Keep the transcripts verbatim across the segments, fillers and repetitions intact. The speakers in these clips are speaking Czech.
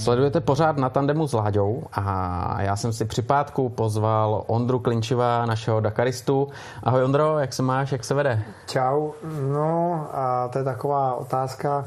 Sledujete pořád Na tandemu s Láďou a já jsem si při pátku pozval Ondru Klinčiva, našeho Dakaristu. Ahoj Ondro, jak se máš, jak se vede? Čau, no a to je taková otázka,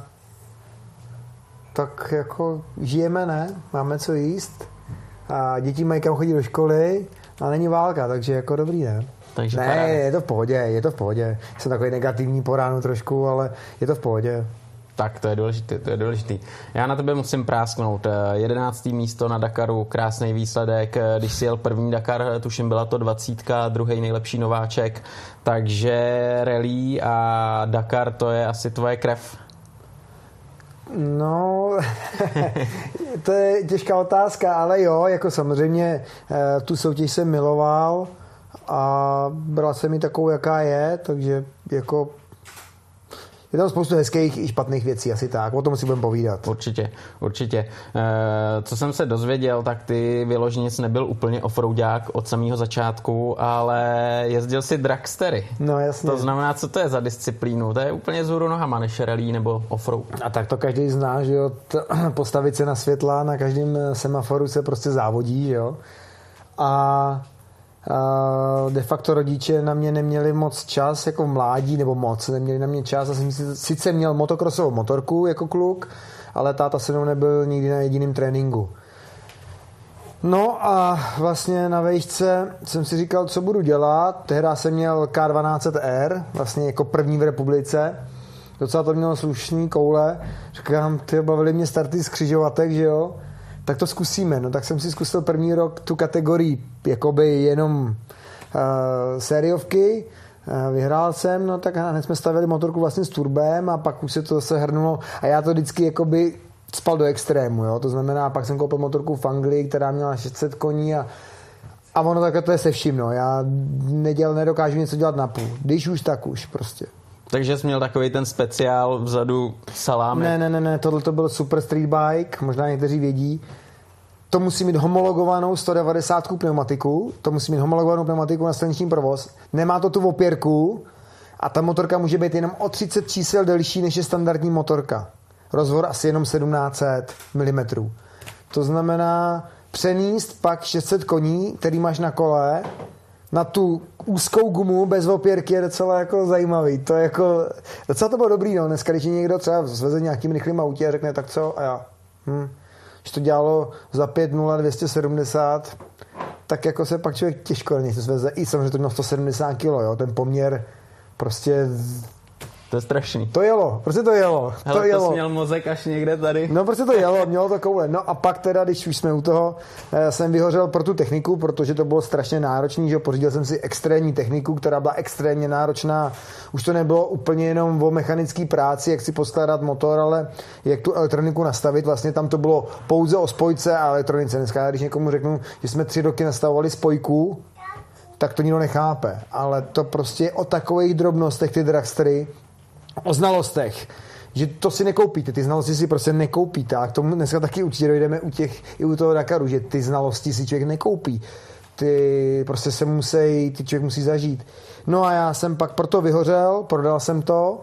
tak jako žijeme, ne? Máme co jíst a děti mají kam chodit do školy a není válka, takže jako dobrý, ne? Takže ne, paráda. Je to v pohodě, je to v pohodě. Jsem takový negativní po ránu trošku, ale je to v pohodě. Tak, to je důležitý, to je důležitý. Já na tebe musím prásknout. jedenácté místo na Dakaru, krásný výsledek. Když si jel první Dakar, tuším byla to dvacítka, druhý nejlepší nováček. Takže rally a Dakar, to je asi tvoje krev. No, to je těžká otázka, ale jo, jako samozřejmě tu soutěž jsem miloval a byla se mi takovou, jaká je, takže jako je tam spoustu hezkých i špatných věcí, asi tak. O tom si budeme povídat. Určitě, určitě. E, co jsem se dozvěděl, tak ty vyloženě jsi nebyl úplně offroadák od samého začátku, ale jezdil si dragstery. No jasně. To znamená, co to je za disciplínu? To je úplně z hůru nohama, než rally nebo offroad. A tak to každý zná, že jo. T- postavit se na světla, na každém semaforu se prostě závodí, že jo. A de facto rodiče na mě neměli moc čas jako v mládí, nebo moc neměli na mě čas. Já jsem sice měl motokrosovou motorku jako kluk, ale táta se mnou nebyl nikdy na jediném tréninku. No a vlastně na vejšce jsem si říkal, co budu dělat. Tehdy jsem měl K dvanáct set R, vlastně jako první v republice. Docela to mělo slušný koule. Říkám, ty bavili mě starty z křižovatek, že jo. Tak to zkusíme. No tak jsem si zkusil první rok tu kategorii jakoby jenom uh, sériovky. Uh, vyhrál jsem, no tak hned jsme stavili motorku vlastně s turbem a pak už se to zase hrnulo a já to vždycky jakoby spal do extrému, jo. To znamená, pak jsem koupil motorku v Anglii, která měla šest set koní a, a ono takhle to je se vším, no. Já neděl, nedokážu něco dělat napůl. Když už, tak už prostě. Takže jsi měl takový ten speciál vzadu salámek? Ne, ne, ne, ne, tohle to byl super street bike, možná někteří vědí. To musí mít homologovanou sto devadesát pneumatiku, to musí mít homologovanou pneumatiku na silniční provoz. Nemá to tu opěrku a ta motorka může být jenom o třicet čísel delší, než je standardní motorka. Rozvor asi jenom sedmnáct set milimetrů. To znamená přenést pak šest set koní, který máš na kole, na tu úzkou gumu bez opěrky je docela jako zajímavý. To je jako, docela to bylo dobrý, no. Dneska, když je někdo třeba zveze nějakým rychlým autě a řekne, tak co? A já, hm. Když to dělalo za pět nula dvě stě sedmdesát, tak jako se pak člověk těžko na něj zveze. I samozřejmě to mělo sto sedmdesát kilo, jo. Ten poměr prostě... To je strašný. To jelo, prostě to jelo. Hele, to jelo. To jsi měl mozek až někde tady. No prostě to jelo, mělo to koule. No a pak teda, když už jsme u toho, jsem vyhořel pro tu techniku, protože to bylo strašně náročný, že pořídil jsem si extrémní techniku, která byla extrémně náročná. Už to nebylo úplně jenom o mechanické práci, jak si poskládat motor, ale jak tu elektroniku nastavit. Vlastně tam to bylo pouze o spojce a elektronice. Dneska, když někomu řeknu, že jsme tři roky nastavovali spojku, tak to nikdo nechápe. Ale to prostě je o takových drobnostech ty dragstery, o znalostech, že to si nekoupíte, ty znalosti si prostě nekoupíte a k tomu dneska taky určitě dojdeme u těch, i u toho Dakaru, že ty znalosti si člověk nekoupí, ty prostě se musí, ty člověk musí zažít. No a já jsem pak proto vyhořel, prodal jsem to,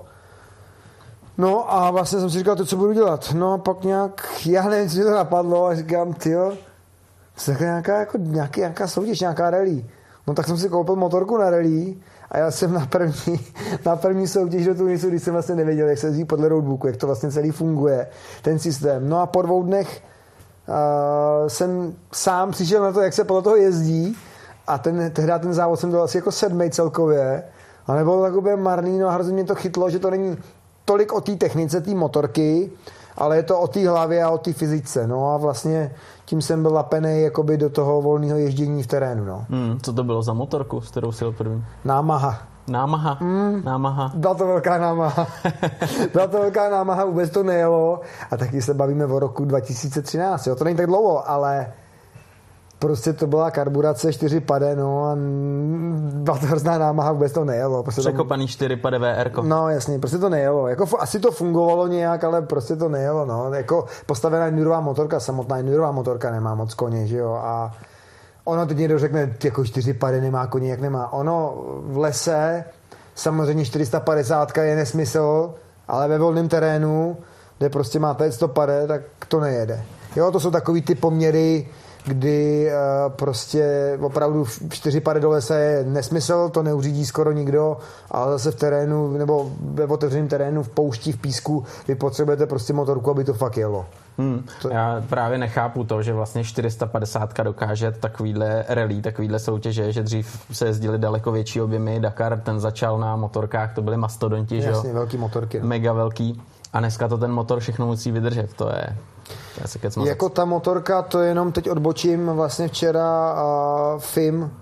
no a vlastně jsem si říkal, to co budu dělat, no a pak nějak, já nevím, co mi to napadlo a říkám, tyjo, to je nějaká, jako, nějaký, nějaká soutěž, nějaká rally. No tak jsem si koupil motorku na rally a já jsem na první, na první soutěž do Tunisu, když jsem vlastně nevěděl, jak se jezdí podle roadbooku, jak to vlastně celý funguje, ten systém. No a po dvou dnech uh, jsem sám přišel na to, jak se podle toho jezdí a ten, tehdy ten závod jsem dal asi jako sedmej celkově a nebylo to takové marný, no a hrozně mě to chytlo, že to není tolik o té technice, té motorky, ale je to o té hlavě a o té fyzice. No a vlastně tím jsem byl lapený jakoby do toho volného ježdění v terénu. No. Hmm, co to bylo za motorku, s kterou jsi jel první? Námaha. Námaha? Mm. Námaha. Byla to velká námaha. Byla to velká námaha, vůbec to nejelo. A taky se bavíme o roku dva tisíce třináct. Jo? To není tak dlouho, ale prostě to byla karburace čtyři pade, no a byla to hrozná námaha, vůbec to nejelo. Prostě překopaný čtyři pade V R ko. No jasně, prostě to nejelo. Jako, asi to fungovalo nějak, ale prostě to nejelo. No. Jako postavená endurová motorka, samotná endurová motorka nemá moc koně, že jo. A ono teď někdo řekne, jako čtyři pade nemá koně, jak nemá. Ono v lese, samozřejmě čtyři sta padesát je nesmysl, ale ve volném terénu, kde prostě máte sto pade, tak to nejede. Jo, to jsou takový ty poměry, kdy uh, prostě opravdu v čtyři pady do lesa je nesmysl, to neuřídí skoro nikdo, ale zase v terénu, nebo ve otevřeném terénu, v poušti, v písku, vy potřebujete prostě motorku, aby to fakt jelo. Hmm. To... Já právě nechápu to, že vlastně čtyři sta padesát dokáže takovýhle rally, takovýhle soutěže, že dřív se jezdili daleko větší objemy, Dakar ten začal na motorkách, to byly mastodonti, že jo? Jasně, velký motorky. No. Mega velký. A dneska to ten motor všechno musí vydržet, to je... To je jako ta motorka, to jenom teď odbočím, vlastně včera uh, F I M uh,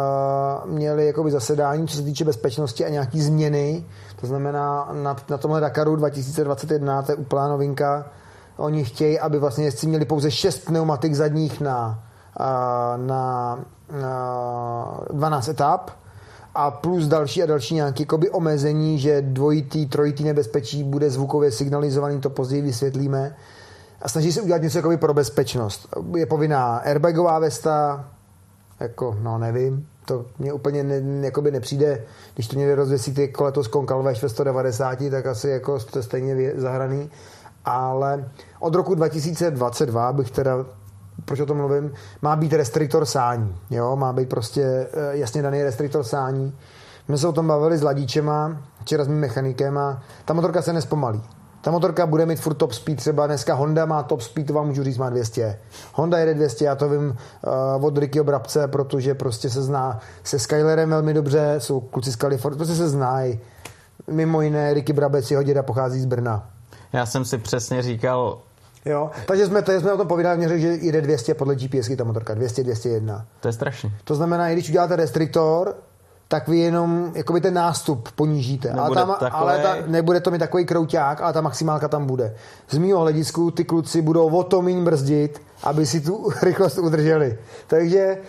měli jakoby zasedání, co se týče bezpečnosti a nějaký změny, to znamená na, na tomhle Dakaru dva tisíce dvacet jedna, to je úplná novinka, oni chtějí, aby vlastně jezdci měli pouze šest pneumatik zadních na, uh, na, na dvanáct etap a plus další a další nějaké jakoby omezení, že dvojitý, trojitý nebezpečí bude zvukově signalizovaný, to později vysvětlíme. A snaží se udělat něco jakoby pro bezpečnost. Je povinná airbagová vesta, jako, no nevím, to mě úplně ne, jakoby nepřijde, když to někde rozvěsíte jako letos Concalves ve sto devadesát, tak asi jako jste stejně zahraný, ale od roku dva tisíce dvacet dva bych teda, proč o tom mluvím, má být restriktor sání, jo, má být prostě jasně daný restriktor sání. My se o tom bavili s Ladíčema, včera s mým mechanikem a ta motorka se nespomalí. Ta motorka bude mít furt top speed, třeba dneska Honda má top speed, to vám můžu říct, má dvě stě. Honda jede dvě stě, já to vím uh, od Rickyho Brabce, protože prostě se zná se Skylerem velmi dobře, jsou kluci z Kalifornie, prostě se znají. Mimo jiné, Ricky Brabec, jeho děda pochází z Brna. Já jsem si přesně říkal... Jo, takže jsme, tady jsme o tom povídali, řekli, že jede dvě stě podle GPSky ta motorka, dvě stě, dvě stě jedna. To je strašný. To znamená, i když uděláte restriktor, tak vy jenom jakoby ten nástup ponížíte. Ale, tam, takové... ale ta, nebude to mít takový krouťák, ale ta maximálka tam bude. Z mýho hledisku ty kluci budou o to míň brzdit, aby si tu rychlost udrželi. Takže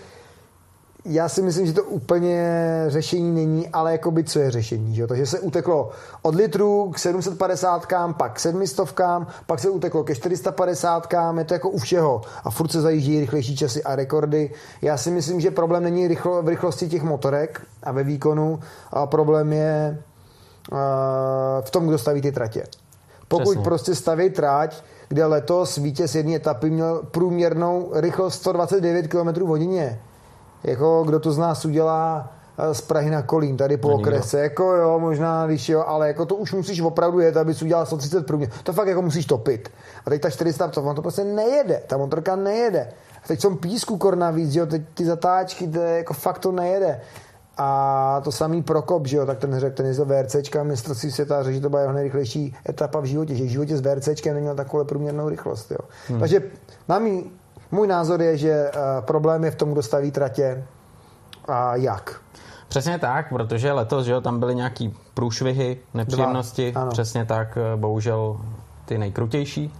já si myslím, že to úplně řešení není, ale jakoby co je řešení. Že? Takže se uteklo od litru k sedm set padesát, pak k sedm set, pak se uteklo ke čtyři sta padesát, je to jako u všeho. A furt se zajíždí rychlejší časy a rekordy. Já si myslím, že problém není rychlo, v rychlosti těch motorek a ve výkonu, a problém je uh, v tom, kdo staví ty tratě. Pokud Přesně. prostě staví trať, kde letos vítěz jedné etapy měl průměrnou rychlost sto dvacet devět kilometrů v hodině, jako kdo to z nás udělá z Prahy na Kolín, tady po okrese, jako jo, možná, když jo, ale jako to už musíš opravdu jet, aby jsi udělal sto třicet průměr. To fakt jako musíš topit. A teď ta čtyři sta, to, on to prostě nejede, ta motorka nejede. A teď jsem písku kor navíc, jo, teď ty zatáčky, to je, jako fakt to nejede. A to samý Prokop, že jo, tak ten řekl, ten jezdil VRCčka, mistrovství světa, že to byla jeho nejrychlejší etapa v životě, že v životě s VRCčkem neměl takovou průměrnou rychlost, jo. Hmm. Takže na mý, můj názor je, že uh, problém je v tom, kdo staví tratě a jak. Přesně tak, protože letos, že jo, tam byly nějaký průšvihy, nepříjemnosti, Dva, přesně tak, bohužel ty nejkrutější.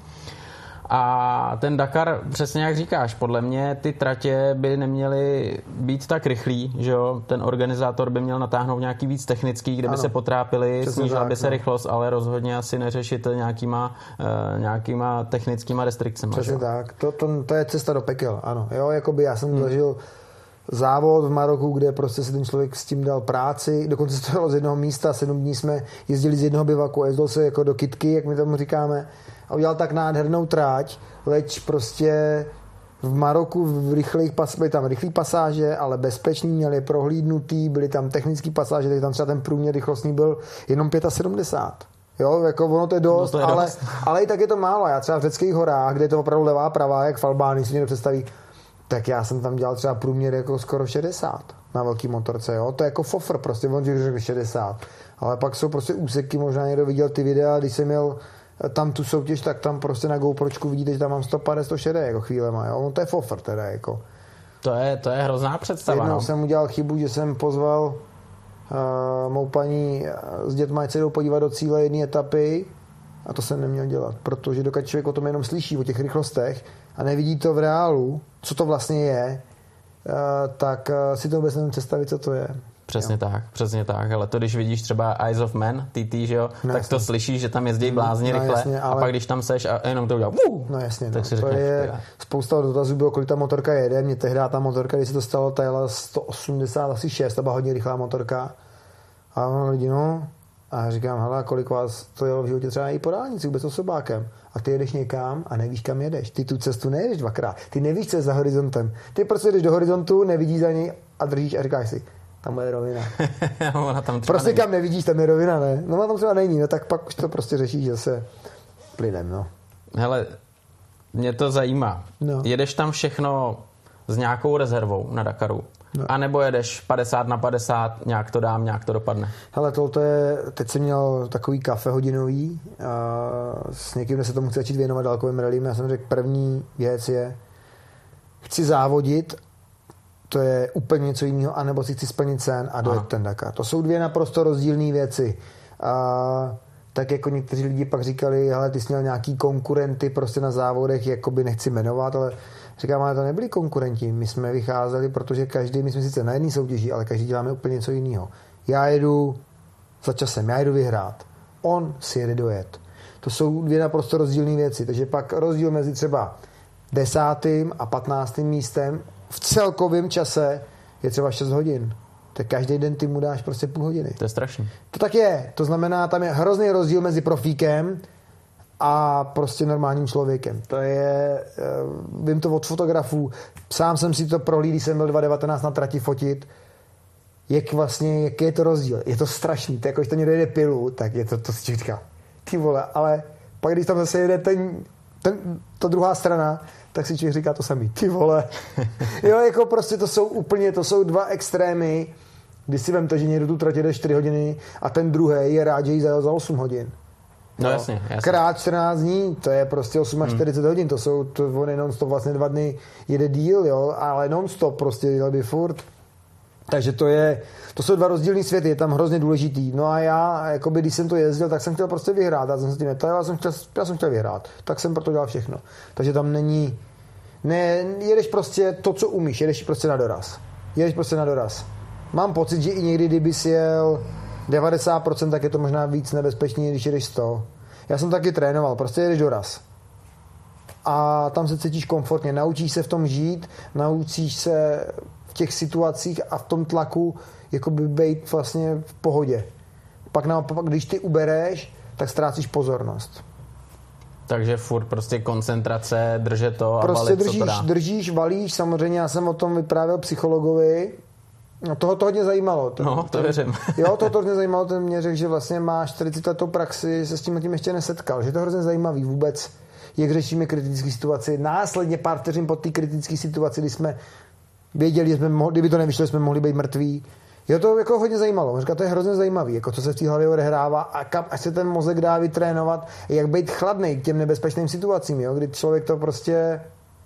A ten Dakar, přesně jak říkáš, podle mě ty tratě by neměly být tak rychlý, že jo, ten organizátor by měl natáhnout nějaký víc technický, kde by ano. se potrápili, snížila by se no. rychlost, ale rozhodně asi neřešit nějakýma, uh, nějakýma technickýma restrikcemi. Přesně že? tak, to, to, to je cesta do pekel, ano. Jo, jakoby já jsem hmm. zažil závod v Maroku, kde prostě se ten člověk s tím dal práci, dokonce se to dalo z jednoho místa, sedm dní jsme jezdili z jednoho bivaku, jezdil se jako do kytky, jak my tomu říkáme, a udělal tak nádhernou tráť, leč prostě v Maroku v rychlých pas, byly tam rychlé pasáže, ale bezpečný, měli prohlídnutý, byly tam technické pasáže, takže tam třeba ten průměr rychlostní byl jenom sedmdesát pět. Jo, jako ono to je dost, no to je ale, dost. ale i tak je to málo. Já třeba v řeckých horách, kde je to opravdu levá pravá, jak v Albánii si někdo představí, tak já jsem tam dělal třeba průměr jako skoro šedesát na velký motorce, jo. To je jako fofr, prostě on řekl šedesát. Ale pak jsou prostě úseky, možná někdo viděl ty videa, když jsem měl tam tu soutěž, tak tam prostě na GoPročku vidíte, že tam mám sto padesát, sto šedesát jako chvílema, jo. No to je fofr teda, jako. To je, to je hrozná představa. Jednou no. jsem udělal chybu, že jsem pozval uh, mou paní s dětma, ať se jdou podívat do cíle jedné etapy, a to jsem neměl dělat, protože dokud člověk o tom jenom slyší, o těch rychlostech a nevidí to v reálu, co to vlastně je, uh, tak uh, si to vůbec nevím představit, co to je. Přesně jo. tak, přesně tak. Ale to, když vidíš třeba Eyes of Man, T T, že jo, no tak jasně. to slyšíš, že tam jezdí blázni no, rychle jasně, ale... a pak když tam seš a jenom to udělá uh, no jasně, tak no. si to řekneš, je tyhle. Spousta dotazů bylo, kolik ta motorka jede. Mně tehdy ta motorka, když se to stalo, ta jela sto osmdesát šest, to byla hodně rychlá motorka. A ono lidi, no, A říkám, hele, kolik vás to jelo v životě třeba i po dálnici, vůbec osobákem. A ty jedeš někam a nevíš, kam jedeš. Ty tu cestu nejedeš dvakrát. Ty nevíš, co je za horizontem. Ty prostě jdeš do horizontu, nevidíš za něj a držíš a říkáš si, tam je rovina. Ona tam prostě není. Kam nevidíš, tam je rovina, ne? No tam třeba není, no tak pak už to prostě řešíš zase plynem, no. Hele, mě to zajímá. No. Jedeš tam všechno s nějakou rezervou na Dakaru? No. A nebo jedeš padesát na padesát, nějak to dám, nějak to dopadne? Hele, tohle je, teď jsem měl takový kafe hodinový a s někým, kdo se tomu chce začít věnovat dálkovým rallym. Já jsem řekl, první věc je, chci závodit, to je úplně něco jiného, anebo si chci splnit sen a dojet ten Dakar. To jsou dvě naprosto rozdílné věci. A tak jako někteří lidi pak říkali, hele, ty jsi měl nějaký konkurenty prostě na závodech, jakoby nechci jmenovat, ale říkám, ale to nebyli konkurenti. My jsme vycházeli, protože každý, my jsme sice na jedné soutěži, ale každý děláme úplně něco jiného. Já jedu za časem, já jedu vyhrát. On si jede dojet. To jsou dvě naprosto rozdílné věci. Takže pak rozdíl mezi třeba desátým a patnáctým místem v celkovém čase je třeba šest hodin. Tak každý den ty mu dáš prostě půl hodiny. To je strašný. To tak je. To znamená, tam je hrozný rozdíl mezi profíkem a prostě normálním člověkem. To je, vím to od fotografů, sám jsem si to prohlídl, když jsem byl dva tisíce devatenáct na trati fotit, jak vlastně, jaký je to rozdíl. Je to strašný, to jako, když tam někdo jede pilu, tak je to, to si říká, ty vole, ale pak když tam zase jede ten, ten, ta druhá strana, tak si člověk říká to samý, ty vole. Jo, jako prostě to jsou úplně, to jsou dva extrémy, když si vemte, že někdo tu trať jede čtyři hodiny a ten druhý je rád, že jí zajel za osm hodin. No, no jasně, jasně. Krát čtrnáct dní, to je prostě čtyřicet osm hmm. hodin, to jsou, to on je non-stop vlastně dva dny jede díl, jo, ale non-stop prostě jel by furt. Takže to je, to jsou dva rozdílný světy, je tam hrozně důležitý. No a já, jakoby, když jsem to jezdil, tak jsem chtěl prostě vyhrát, já jsem se tím netajil, já jsem chtěl, já jsem chtěl vyhrát, tak jsem proto dělal všechno. Takže tam není, ne, jedeš prostě to, co umíš, jedeš prostě na doraz. Jedeš prostě na doraz. Mám pocit, že i někdy, kdyby si jel devadesát procent, tak je to možná víc nebezpečný, když jedeš sto. Já jsem taky trénoval, prostě jedeš doraz. A tam se cítíš komfortně, naučíš se v tom žít, naučíš se v těch situacích a v tom tlaku jakoby být vlastně v pohodě. Pak naopak, když ty ubereš, tak ztrácíš pozornost. Takže furt prostě koncentrace, držet to a prostě valit, držíš, co to dá. držíš, valíš, samozřejmě já jsem o tom vyprávěl psychologovi. No toho to hodně zajímalo. Ten, no, to věřím. Jo, toho to hodně zajímalo, ten mě řekl, že vlastně má čtyřicet letou praxi, se s tím tím ještě nesetkal, že to hrozně zajímavý vůbec, jak řešíme kritické situaci. Následně pár vteřin po té kritické situaci, kdy jsme věděli, že jsme mohli, kdyby to nevyšlo, jsme mohli být mrtví. Jo, to jako hodně zajímalo. On říká, to je hrozně zajímavý, jako co se v té hlavě odehrává a kam až se ten mozek dá vytrénovat, jak být chladnej k těm nebezpečným situacím, jo, kdy člověk to prostě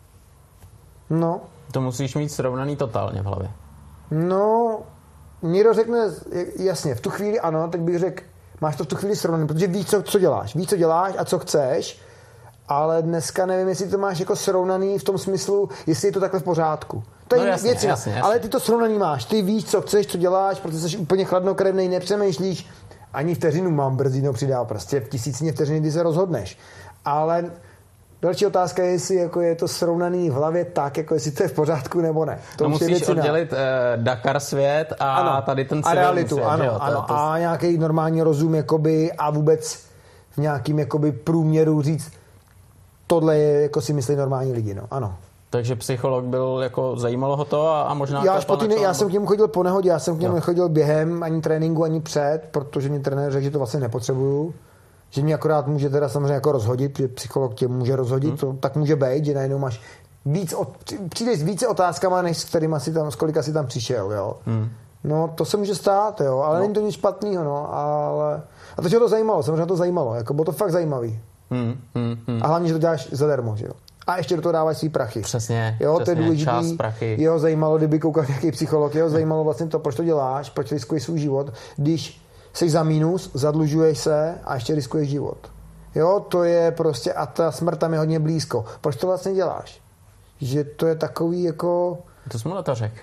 no. To musíš mít srovnaný totálně v hlavě. No, někdo řekne, jasně, v tu chvíli ano, tak bych řekl, máš to v tu chvíli srovnaný, protože víš, co, co děláš, víš, co děláš a co chceš, ale dneska nevím, jestli to máš jako srovnaný v tom smyslu, jestli je to takhle v pořádku. To je no, jasně, věcina, jasně, jasně. Ale ty to srovnaný máš, ty víš, co chceš, co děláš, protože jsi úplně chladnokrevnej, nepřemýšlíš, ani vteřinu mám brzdíno přidá, prostě v tisícině vteřiny, kdy se rozhodneš. Ale další otázka je, jestli jako je to srovnaný v hlavě tak, jako jestli to je v pořádku nebo ne. To no musíš oddělit uh, Dakar svět a ano, tady ten a realitu, svět, ano, jo, ano, to, to... a nějaký normální rozum jakoby, a vůbec v nějakým jakoby průměru říct, tohle je, jako si myslí normální lidi, no, ano. Takže psycholog byl, jako zajímalo ho to a, a možná... Já, po týdne, já jsem k němu chodil po nehodě, já jsem k němu jo. nechodil během ani tréninku, ani před, protože mi trenér řekl, že to vlastně nepotřebuju. Že mě akorát může teda samozřejmě jako rozhodit, protože psycholog tě může rozhodit, hmm. to tak může být, že najednou máš víc, přijdeš s více otázkama, než s kterýma si tam, s kolika si tam přišel, jo. Hmm. No, to se může stát, jo, ale no. Není to nic špatného, no, ale... A to, že to zajímalo, samozřejmě to zajímalo, jako bylo to fakt zajímavý. Hmm. Hmm. Hmm. A hlavně, že to děláš zadarmo, že jo. A ještě do toho dáváš svý prachy. Přesně, jo, přesně, to je důležitý. čas, prachy. Jeho zajímalo, kdyby koukal nějaký psycholog, jeho zajímalo vlastně to, proč to děláš, proč riskuješ svůj život, když jsi za mínus, zadlužuješ se a ještě riskuješ život. Jo, to je prostě, a ta smrt tam je hodně blízko. Proč to vlastně děláš? Že to je takový jako... To jsi mu to řekl.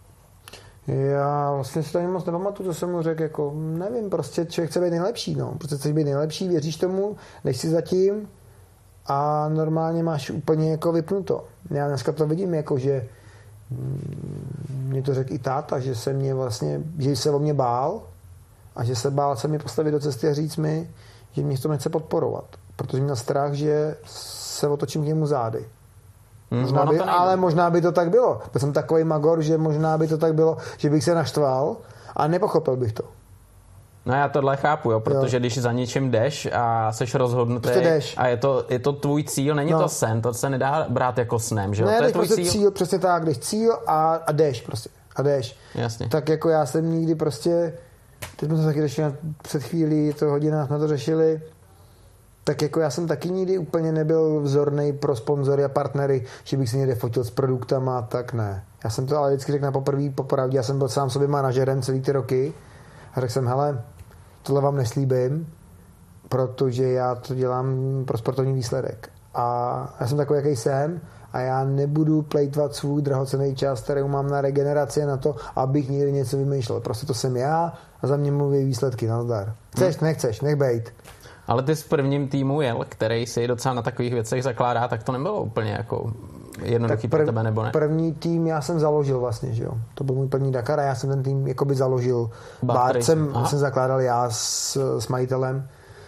Já vlastně si to ani moc nepamatuju, co jsem mu řekl, jako nevím, prostě člověk chce být nejlepší, no. Prostě chceš být nejlepší, věříš tomu, jdeš si zatím a normálně máš úplně jako vypnuto. Já dneska to vidím, jako že mě to řekl i táta, že se mě vlastně, že se o mě bál a že se bál se mi postavit do cesty a říct mi, že mě v tom nechce podporovat, protože měl strach, že se otočím k němu zády. Hmm, možná by, ale možná by to tak bylo. Byl jsem takový magor, že možná by to tak bylo, že bych se naštval a nepochopil bych to. No já tohle chápu, jo, protože jo. Když za něčím jdeš a seš rozhodnutý prostě a je to, je to tvůj cíl, není no. to sen, to se nedá brát jako snem, že jo? Ne, to je tvůj prostě cíl. cíl, přesně tak, jdeš cíl a, a jdeš prostě, a jdeš. Jasně. Tak jako já jsem nikdy prostě, teď jsme to taky řešili před chvílí, to hodina jsme to řešili, tak jako já jsem taky nikdy úplně nebyl vzorný pro sponzory a partnery, že bych si někde fotil s produktama, tak ne. Já jsem to ale vždycky řekl na poprvé, popravdě, já jsem byl sám sobě manažerem celý ty roky a řekl jsem, hele, tohle vám neslíbím, protože já to dělám pro sportovní výsledek. A já jsem takový, jaký jsem a já nebudu plejtvat svůj drahocenný čas, který mám na regeneraci, na to, abych někdy něco vymýšlel. Prostě to jsem já a za mě mluví výsledky, nazdar. Chceš, hmm. nechceš, nech bejt. Ale ty s prvním týmu jel, který si docela na takových věcech zakládá, tak to nebylo úplně jako jednoduchý prv, pro tebe, nebo ne? První tým já jsem založil vlastně, že jo. To byl můj první Dakar a já jsem ten tým jakoby založil. Bát jsem, jsem zakládal já s, s majitelem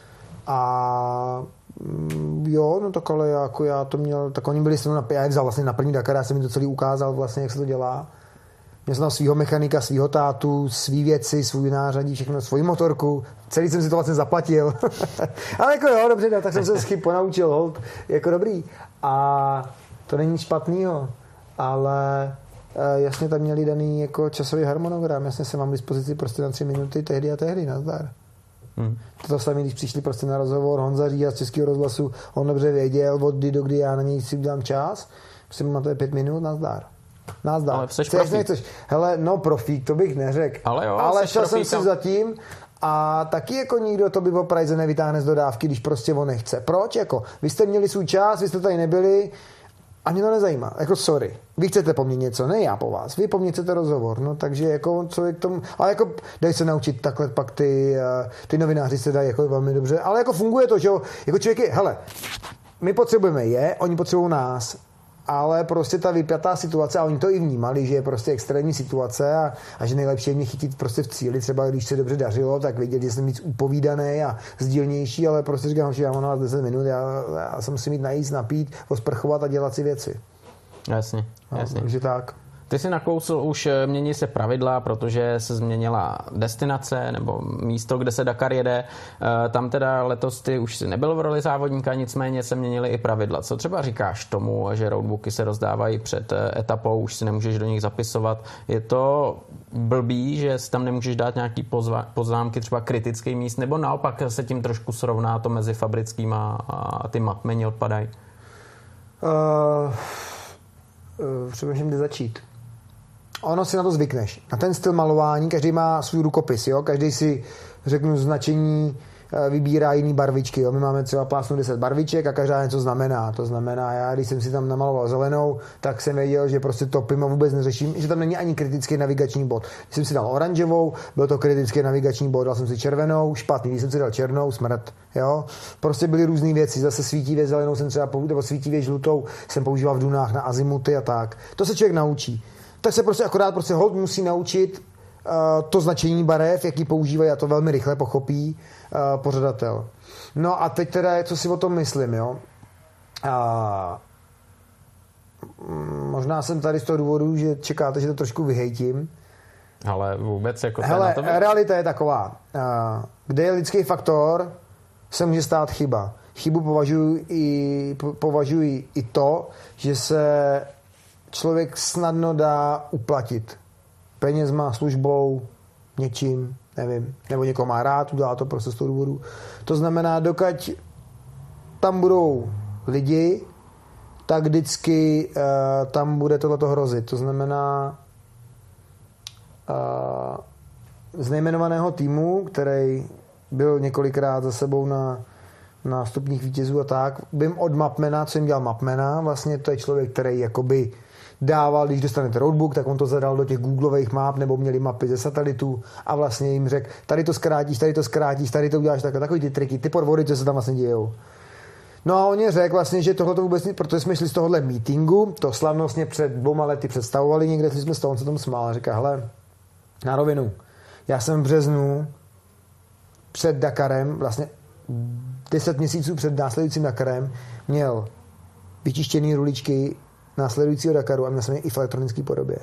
a jo, no tak ale jako já to měl, tak oni byli se mnou, já je vzal vlastně na první Dakar, já jsem mi to celý ukázal vlastně, jak se to dělá. Měl jsem tam svýho mechanika, svýho tátu, svý věci, svůj nářadí, všechno, svoji motorku. Celý jsem si to vlastně zaplatil. Ale jako jo, dobře, no, tak jsem se z chyb ponaučil, hold, jako dobrý. A to není špatnýho, ale e, jasně tam měli daný jako časový harmonogram, jasně jsem mám k dispozici prostě na tři minuty tehdy a tehdy, nazdar. Hmm. To samé, když přišli prostě na rozhovor Honza Říha z Českého rozhlasu, on dobře věděl, od kdy do kdy já na něj si udělám čas, prostě mám na to je pět minut, nazdar. Nazdar. Ale chceš Chceš, nechceš. Hele, no profík, to bych neřekl. Ale, jo, ale šel jsem si zatím a taky jako nikdo to by po Praze nevytáhne z dodávky, když prostě on nechce. Proč? Jako, vy jste měli svůj čas, vy jste tady nebyli a mě to nezajímá. Jako sorry. Vy chcete po mně něco, ne já po vás. Vy po mně chcete rozhovor. No takže jako co je k tomu, ale jako dej se naučit takhle pak ty, ty novináři se dají jako velmi dobře, ale jako funguje to, že jo, jako člověk je, hele, my potřebujeme je, oni potřebují nás. Ale prostě ta vypjatá situace, a oni to i vnímali, že je prostě extrémní situace a, a že nejlepší je mě chytit prostě v cíli, třeba když se dobře dařilo, tak vědět, že jsem víc upovídaný a sdílnější, ale prostě říkám, že já mám na vás deset minut, já, já se musím mít najíst, napít, osprchovat a dělat si věci. Jasně, jasně. No, takže tak. Ty jsi nakousl už mění se pravidla, protože se změnila destinace nebo místo, kde se Dakar jede. Tam teda letos ty už si nebyl v roli závodníka, nicméně se měnily i pravidla. Co třeba říkáš tomu, že roadbooky se rozdávají před etapou, už si nemůžeš do nich zapisovat. Je to blbý, že si tam nemůžeš dát nějaký pozva- poznámky, třeba kritický míst, nebo naopak se tím trošku srovná to mezi fabrickýma a ty mapmeni odpadají? Uh, uh, přemýšlím, kde začít. Ono si na to zvykneš. Na ten styl malování, každý má svůj rukopis, jo? Každý si, řeknu, značení vybírá jiný barvičky, jo? My máme třeba plásnu deset barviček a každá něco znamená. To znamená, já, když jsem si tam namaloval zelenou, tak jsem věděl, že prostě to pima vůbec neřeším, že tam není ani kritický navigační bod. Když jsem si dal oranžovou, byl to kritický navigační bod, dal jsem si červenou, špatný, když jsem si dal černou, smrt, jo? Prostě byly různé věci, zase svítivě zelenou jsem třeba používal, nebo svítivě žlutou jsem používal v dunách na azimuty a tak. To se člověk naučí. Tak se prostě akorát prostě hold musí naučit uh, to značení barev, jaký používají, a to velmi rychle pochopí uh, pořadatel. No a teď teda, co si o tom myslím, jo? Uh, možná jsem tady z toho důvodu, že čekáte, že to trošku vyhejtím. Ale vůbec jako... Hele, na to realita je taková. Uh, kde je lidský faktor, se může stát chyba. Chybu považuji i, považuji i to, že se člověk snadno dá uplatit penězma, službou, něčím, nevím, nebo někoho má rád, udělá to prostě z toho důvodu. To znamená, dokud tam budou lidi, tak vždycky uh, tam bude tohleto hrozit. To znamená uh, z nejmenovaného týmu, který byl několikrát za sebou na na stupních vítězů a tak, vím od Mapmana, co jim dělal Mapmana, vlastně to je člověk, který jakoby dával, když dostanete roadbook, tak on to zadal do těch googlových map, nebo měli mapy ze satelitu a vlastně jim řekl, tady to zkrátíš, tady to zkrátíš, tady to uděláš takhle, takový ty triky, ty podvody, co se tam vlastně dějou. No a on je řekl vlastně, že tohle to vůbec není, protože jsme šli z tohohle meetingu, to slavnostně před dvouma lety představovali někde, jsme z toho, on se tomu smál a říká, hele, na rovinu, já jsem v březnu před Dakarem, vlastně deset měsíců před následujícím Dakarem, měl vyčištěný ruličky následujícího Dakaru a měl jsem je i v elektronické podobě.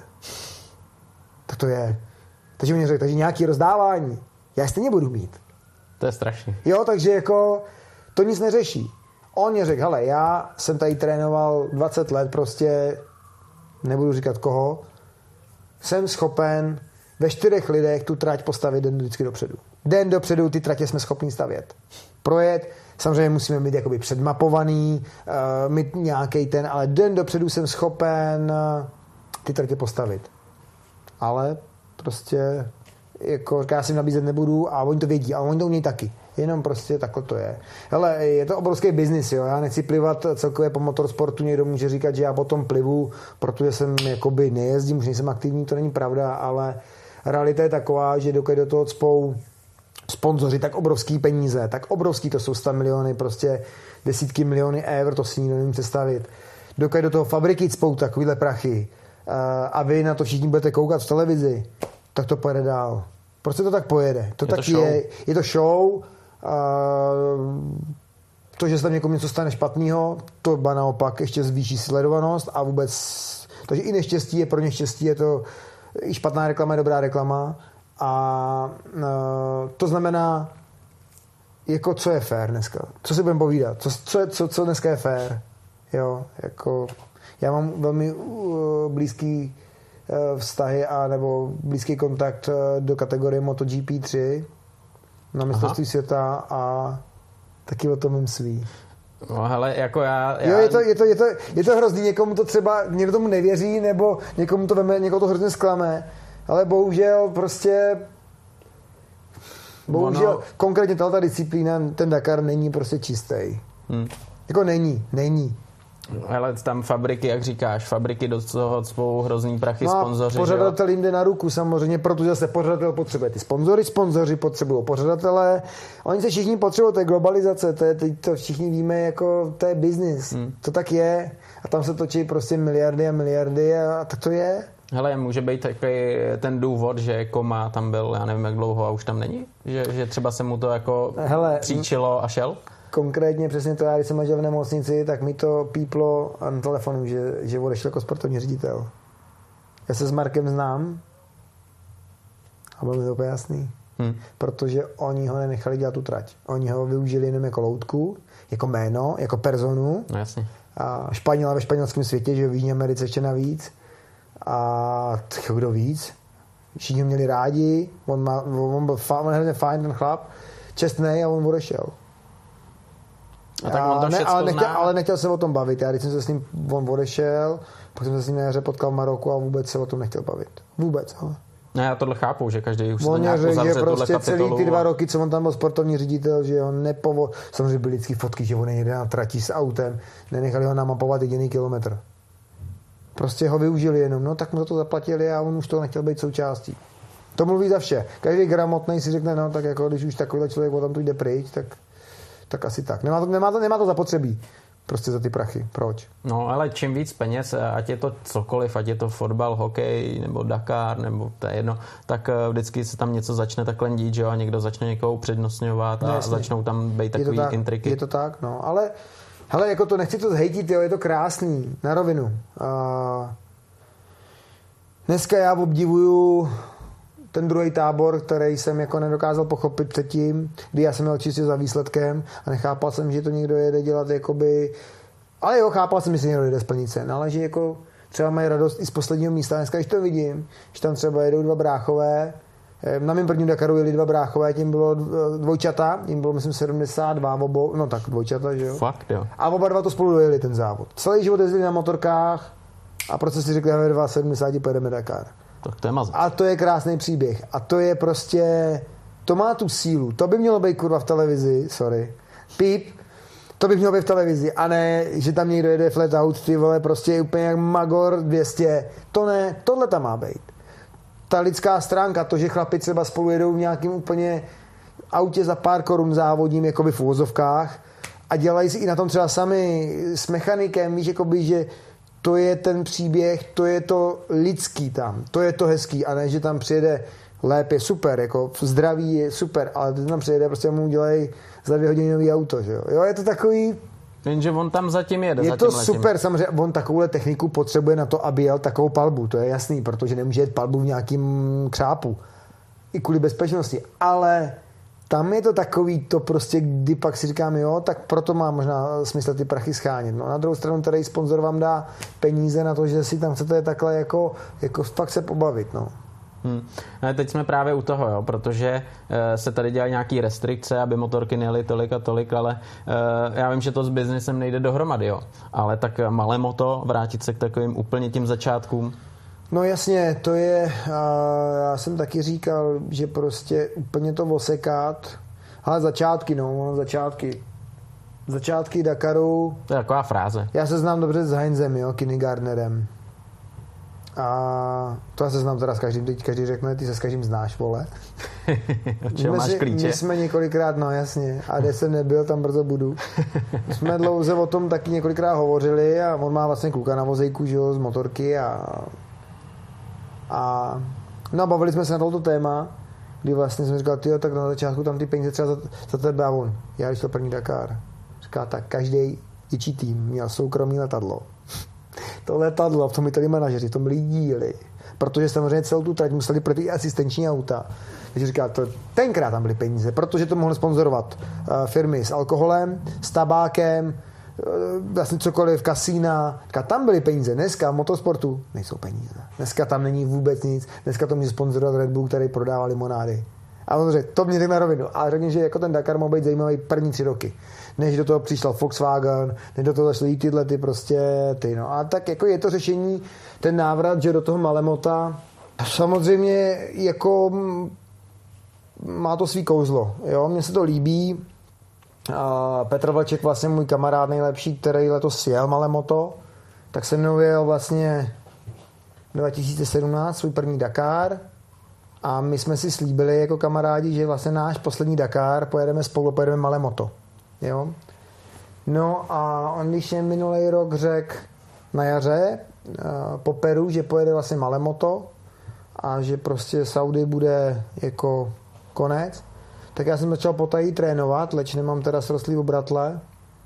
Tak to je. Takže mě řekl, takže nějaký rozdávání. Já je stejně budu mít. To je strašný. Jo, takže jako to nic neřeší. On mě řekl, hele, já jsem tady trénoval dvacet let, prostě nebudu říkat koho, jsem schopen ve čtyřech lidech tu trať postavit den vždycky dopředu. Den dopředu ty tratě jsme schopni stavět. Projet, samozřejmě musíme mít jakoby předmapovaný, uh, mít nějaký ten, ale den dopředu jsem schopen uh, ty tratě postavit. Ale prostě jako já si nabízet nebudu a oni to vědí, a oni to umějí taky. Jenom prostě takhle to je. Hele, je to obrovský biznis, jo. Já nechci plivat celkově po motorsportu, někdo může říkat, že já potom plivu, protože jsem jakoby nejezdím, už nejsem aktivní, to není pravda, ale realita je taková, že dokud do toho cpou sponzoři tak obrovský peníze, tak obrovský, to jsou sto miliony, prostě desítky miliony eur, to si nikdo nemůže představit. Dokud do toho fabriky cpou takovýhle prachy a vy na to všichni budete koukat v televizi, tak to pojede dál. Prostě to tak pojede. To je tak to je. Je to show. A to, že se tam někomu něco stane špatného, to ba naopak ještě zvýší sledovanost a vůbec, takže i neštěstí je pro ně štěstí, je to i špatná reklama je dobrá reklama a, a to znamená jako co je fér dneska, co si budeme povídat, co, co, co, co dneska je fér, jo, jako já mám velmi uh, blízký uh, vztahy a nebo blízký kontakt uh, do kategorie MotoGP tři na mistrovství světa a taky o tom jim sví. No hele, jako já... já... Jo, je to, je, to, je, to, je to hrozný, někomu to třeba, někdo tomu nevěří, nebo někomu to veme, někoho to hrozně zklame, ale bohužel prostě bohužel, ono... konkrétně tato disciplína, ten Dakar není prostě čistý. Hmm. Jako není, není. Hele, tam fabriky, jak říkáš, fabriky do toho cpou hrozný prachy, no sponzoři. Pořadatel jim jde na ruku samozřejmě, protože se pořadatel potřebuje ty sponzory, sponzoři potřebují pořadatele, oni se všichni potřebují, to je globalizace, to, je, to všichni víme, jako to je biznis, hmm. to tak je a tam se točí prostě miliardy a miliardy a tak to je. Hele, může být takový ten důvod, že Koma tam byl, já nevím jak dlouho a už tam není? Že, že třeba se mu to jako Hele, příčilo a šel? Konkrétně přesně to, já když jsem ležel v nemocnici, tak mi to píplo na telefonu, že, že odešel jako sportovní ředitel. Já se s Markem znám a byl mi to úplně jasný. Hmm. Protože oni ho nenechali dělat tu trať. Oni ho využili jenom jako loutku, jako jméno, jako personu. No jasně. A Španěla ve španělském světě, že v Jižní Americe ještě navíc. A kdo víc? Všichni měli rádi, on, má, on byl fajn, on hrozně fajn ten chlap, čestnej a on odešel. A tak on to ne, ale, nechtěl, ale nechtěl se o tom bavit. Já když jsem se s ním, on odešel, pak jsem se s ním na jaře potkal v Maroku a vůbec se o tom nechtěl bavit. Vůbec, ale. No já tohle chápu, že každý už on se nějak uzavře tuhle prostě kapitolu. Celý ty dva roky, co on tam byl sportovní ředitel, že ho nepovo... Samozřejmě byly vždycky fotky, že on jede na trati s autem, nenechali ho namapovat jediný kilometr. Prostě ho využili jenom, no tak mu za to zaplatili a on už to nechtěl být součástí. To mluví za vše. Každý gramotnej si řekne, no tak jako když už takovýhle člověk o tam tu jde pryč, tak tak asi tak. Nemá to, nemá to, nemá to zapotřebí. Prostě za ty prachy. Proč? No, ale čím víc peněz, ať je to cokoliv, ať je to fotbal, hokej, nebo Dakar, nebo to je jedno, tak vždycky se tam něco začne takhle dít, že jo, a někdo začne někoho upřednostňovat a no, začnou tam být takový tak, intriky. Je to tak, no. Ale hele, jako to nechci to zhejtit, jo, je to krásný. Na rovinu. Uh, dneska já obdivuju ten druhý tábor, který jsem jako nedokázal pochopit předtím, kdy já jsem měl čistě za výsledkem a nechápal jsem, že to někdo jede dělat jakoby, ale jo, chápal jsem, že si někdo jede splnit sen, ale že jako třeba mají radost i z posledního místa. Dneska, když to vidím, že tam třeba jedou dva bráchové, na mém prvním Dakaru jeli dva bráchové, tím bylo dvojčata, jim bylo myslím sedmdesát dva obou, no tak dvojčata, že jo? Fakt, jo. A oba dva to spolu dojeli ten závod. Celý život jezdili na motorkách a proč si řekli, že dva sedmdesát pojedeme Dakar. Tak to je mazat. A to je krásný příběh. A to je prostě, to má tu sílu. To by mělo být kurva v televizi, sorry. Píp, to by mělo být v televizi. A ne, že tam někdo jede flat out, ty vole, prostě je úplně jak Magor dvě stě. To ne, tohle tam má být. Ta lidská stránka, to, že chlapi třeba spolu jedou v nějakým úplně autě za pár korun závodním, jakoby v uvozovkách a dělají si i na tom třeba sami s mechanikem, víš, jakoby, že to je ten příběh, to je to lidský tam, to je to hezký a ne, že tam přijede Lép je super, jako zdraví je super, ale ty tam přijede, prostě mu udělají za dvě hodiny nový auto, že jo. Jo, je to takový... Jenže on tam zatím jede. Je zatím to letím. super, samozřejmě, on takovouhle techniku potřebuje na to, aby jel takovou palbu, to je jasný, protože nemůže jet palbu v nějakým křápu. I kvůli bezpečnosti, ale tam je to takový to prostě, kdy pak si říkám, jo, tak proto má možná smysl ty prachy schánět. No, na druhou stranu tady sponzor vám dá peníze na to, že si tam chcete takhle jako, jako fakt se pobavit, no. Hmm. Teď jsme právě u toho, jo, protože e, se tady dělají nějaké restrikce, aby motorky nejely tolik a tolik, ale e, já vím, že to s biznesem nejde dohromady, jo. Ale tak malé moto, vrátit se k takovým úplně tím začátkům. No jasně, to je, a já jsem taky říkal, že prostě úplně to osekat, ale začátky, no, začátky. Začátky Dakaru. To je taková fráze. Já se znám dobře s Heinzem, jo, Kinnegarnerem. A to já se znám teda s každým, teď každý řekne, ty se s každým znáš, vole. O čem máš si, klíče? My jsme několikrát, no jasně, a kde jsem nebyl, tam brzo budu. Jsme dlouze o tom taky několikrát hovořili a on má vlastně kluka na vozejku, že jo, z motorky a a no a bavili jsme se na toto téma, kdy vlastně jsem říkal, tyjo, tak na začátku tam ty peníze třeba za, za tebe a on, já když to první Dakar. Říká, tak každý větší tým měl soukromý letadlo. To letadlo, v tom byli manažeři, v tom byli díly, protože samozřejmě celou tu trať museli pro ty asistenční auta. Takže říká, to, tenkrát tam byly peníze, protože to mohly sponzorovat uh, firmy s alkoholem, s tabákem, uh, vlastně cokoliv, kasína. Říká, tam byly peníze. Dneska v motosportu nejsou peníze. Dneska tam není vůbec nic. Dneska to může sponzorovat Red Bull, který prodává limonády. A on řekl, to mě řekl na rovinu. A řekl, že jako ten Dakar mohl být zajímavý první tři roky. Než do toho přišel Volkswagen, než do toho zašly tyhle ty prostě ty, no. A tak jako je to řešení, ten návrat, že do toho Malemota, samozřejmě jako má to svý kouzlo, jo, mně se to líbí. A Petr Vlček, vlastně můj kamarád nejlepší, který letos jel Malemoto, tak se mnou jel vlastně dva tisíce sedmnáct svůj první Dakar a my jsme si slíbili jako kamarádi, že vlastně náš poslední Dakar pojedeme spolu, pojedeme Malemoto. Jo? No a on když je minulý rok řekl na jaře po Peru, že pojede vlastně Malemoto a že prostě Saudi bude jako konec, tak já jsem začal potají trénovat, leč nemám teda srostlý obratle.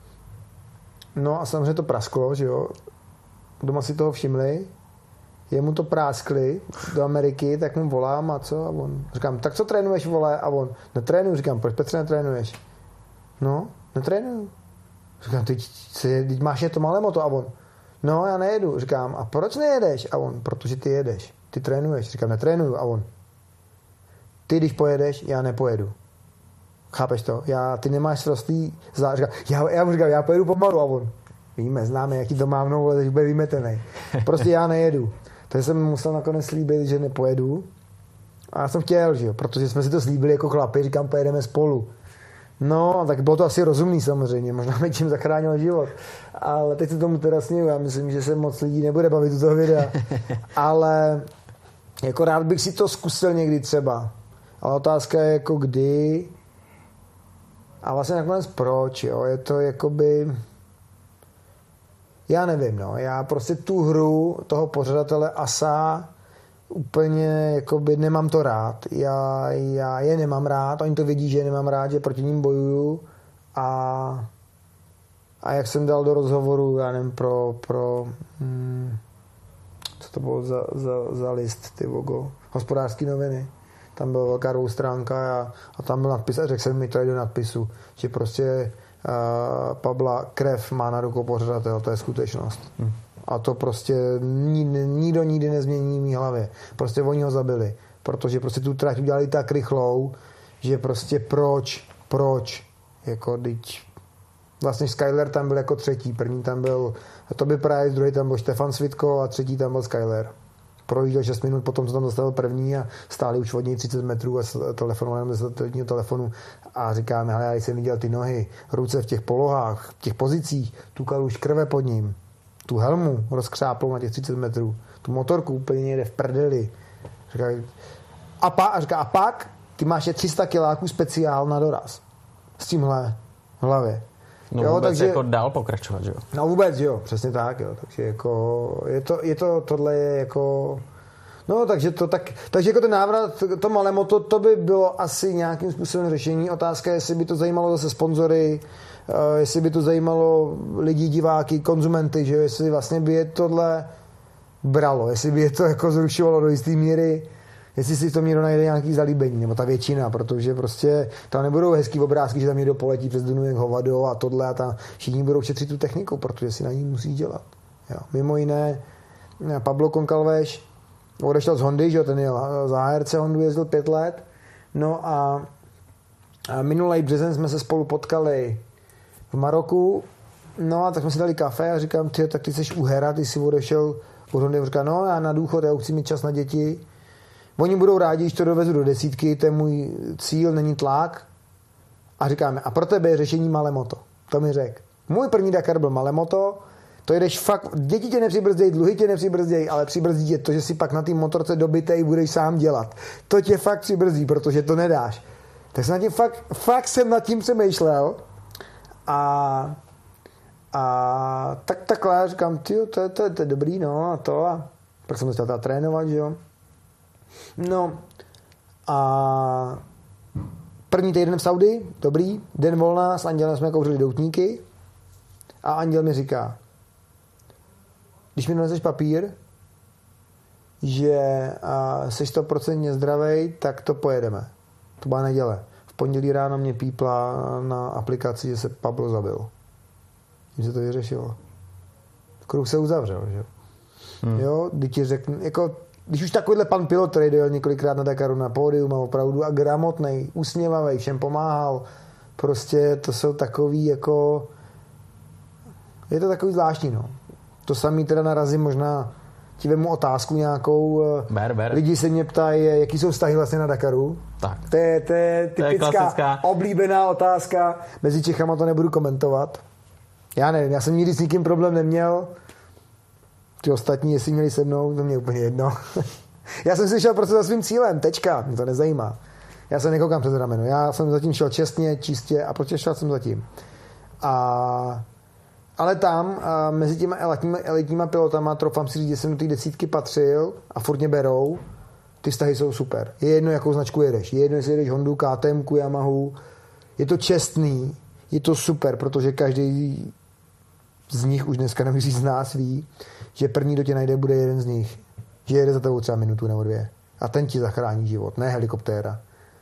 No a samozřejmě to prasklo, že jo. Doma si toho všimli, jemu to práskli do Ameriky, tak mu volám a co? A on, říkám, tak co trénuješ, vole? A on, netrénuju, říkám, proč Petře netrénuješ? No, netrénuju. Říkám, teď, teď máš je to malé moto a on, no já nejedu, říkám, a proč nejedeš? A on, protože ty jedeš, ty trénuješ, říkám, netrénuju a on, ty když pojedeš, já nepojedu. Chápeš to? Já, ty nemáš srostlý zá... Říkám, já, já mu říkám, já pojedu pomalu a on, víme, známe, jaký to mám, no, ale bude vymetený. Prostě já nejedu. Takže jsem musel nakonec slíbit, že nepojedu. A já jsem chtěl, že jo, protože jsme si to slíbili jako chlapi, říkám, pojedeme spolu. No, tak bylo to asi rozumný samozřejmě, možná mi čím zachránil život. Ale teď se tomu teda směju, já myslím, že se moc lidí nebude bavit u toho videa. Ale jako rád bych si to zkusil někdy třeba. Ale otázka je jako kdy a vlastně nakonec proč, jo, je to jakoby já nevím, no, já prostě tu hru toho pořadatele A S A úplně jakoby nemám to rád. Já, já je nemám rád, oni to vědí, že je nemám rád, že proti ním bojuju a, a jak jsem dal do rozhovoru, já nevím, pro, pro hmm, co to bylo za, za, za list, ty vogo, Hospodářské noviny. Tam byla velká dvoustránka a, a tam byl nadpis a řekl jsem mi to do nadpisu, že prostě uh, Pavla krev má na rukou pořadatel, to je skutečnost. Hmm. A to prostě nikdo, nikdo nikdy nezmění v mý hlavě. Prostě oni ho zabili, protože prostě tu trať udělali tak rychlou, že prostě proč, proč, jako teď vlastně Skyler tam byl jako třetí, první tam byl Toby Price, druhý tam byl Štefan Svitko a třetí tam byl Skyler. Projížděl šest minut potom, co tam dostal první a stáli už od něj třicet metrů a telefonovali do satelitního telefonu a říkáme, hele, já jsem viděl ty nohy, ruce v těch polohách, v těch pozicích, tukal už krve pod ním, tu helmu rozkřáplou na těch třicet metrů, tu motorku úplně někde v prdeli. Říká, a, pa, a říká, a pak ty máš je tři sta kiláků speciál na doraz. S tímhle v hlavě. No jo, vůbec takže, jako dál pokračovat, že jo? No vůbec, jo, přesně tak, jo. Takže jako je to, je to, tohle je jako No, takže to tak, takže jako ten návrat, to Malemoto, to by bylo asi nějakým způsobem řešení. Otázka je, jestli by to zajímalo zase sponzory, jestli by to zajímalo lidi, diváky, konzumenty, že jestli vlastně by je tohle bralo, jestli by je to jako zrušovalo do jisté míry, jestli si to někdo najde nějaký zalíbení, nebo ta většina, protože prostě tam nebudou hezký obrázky, že tam někdo poletí přes Dunu jak hovado a tohle a tam všichni budou šetřit tu techniku, protože si na ní musí dělat. Jo. Mimo jiné Pablo Concalves odešel z Hondy, že ten jel za H R C Hondu, jezdil pět let, no a, a minulý březen jsme se spolu potkali v Maroku, no a tak jsme si dali kafe a říkám, ty, tak ty jsi u Hera, ty jsi odešel od Hondy, a říká, no já na důchod, já už chci mít čas na děti. Oni budou rádi, když to dovezu do desítky, to je můj cíl, není tlak. A říkáme, a pro tebe je řešení Malemoto. To mi řekl. Můj první Dakar byl Malemoto, to jdeš fakt, děti tě nepřibrzdějí, dluhy tě nepřibrzdějí, ale přibrzdí tě to, že si pak na té motorce dobitej budeš sám dělat. To tě fakt přibrzdí, protože to nedáš. Tak jsem nad tím fakt, fakt jsem nad tím přemýšlel a, a tak takhle říkám, tyjo, to, to, to je dobrý, no a to a pak jsem začal teda trénovat, že jo. No a první týden v Saudi, dobrý, den volna, s Andělem jsme kouřili doutníky a Anděl mi říká, když mi doneseš papír, že a, jsi sto procent zdravej, tak to pojedeme. To byla neděle. V pondělí ráno mě pípla na aplikaci, že se Pablo zabil. Tím se to vyřešilo. Kruh se uzavřel, že? Hmm. Jo, když ti řeknu, jako když už takovýhle pan pilot, který dojel několikrát na Dakaru na pódium a opravdu a gramotnej, usměvavej, všem pomáhal, prostě to jsou takový jako je to takový zvláštní, no. To samý teda narazím, možná ti vemu otázku nějakou. Ber, ber. Lidi se mě ptají, jaký jsou vztahy vlastně na Dakaru. Tak. To je, to je typická, to je oblíbená otázka. Mezi Čechama to nebudu komentovat. Já nevím, já jsem nikdy s nikým problém neměl. Ty ostatní, jestli měli se mnou, to mě úplně jedno. Já jsem si šel prostě za svým cílem, tečka, mě to nezajímá. Já se nekoukám přes rameno. Já jsem zatím šel čestně, čistě a prostě šel jsem zatím. A ale tam a mezi těma elitníma, elitníma pilotama, troufám si říct, že jsem do té desítky patřil a furt mě berou, ty vztahy jsou super. Je jedno, jakou značku jedeš. Je jedno, jestli jedeš Hondu, K T M, Yamahu. Je to čestný, je to super, protože každý z nich už dneska nemůže z nás ví, že první, kdo tě najde, bude jeden z nich. Že jede za tebou třeba minutu nebo dvě. A ten ti zachrání život, ne helikoptéra.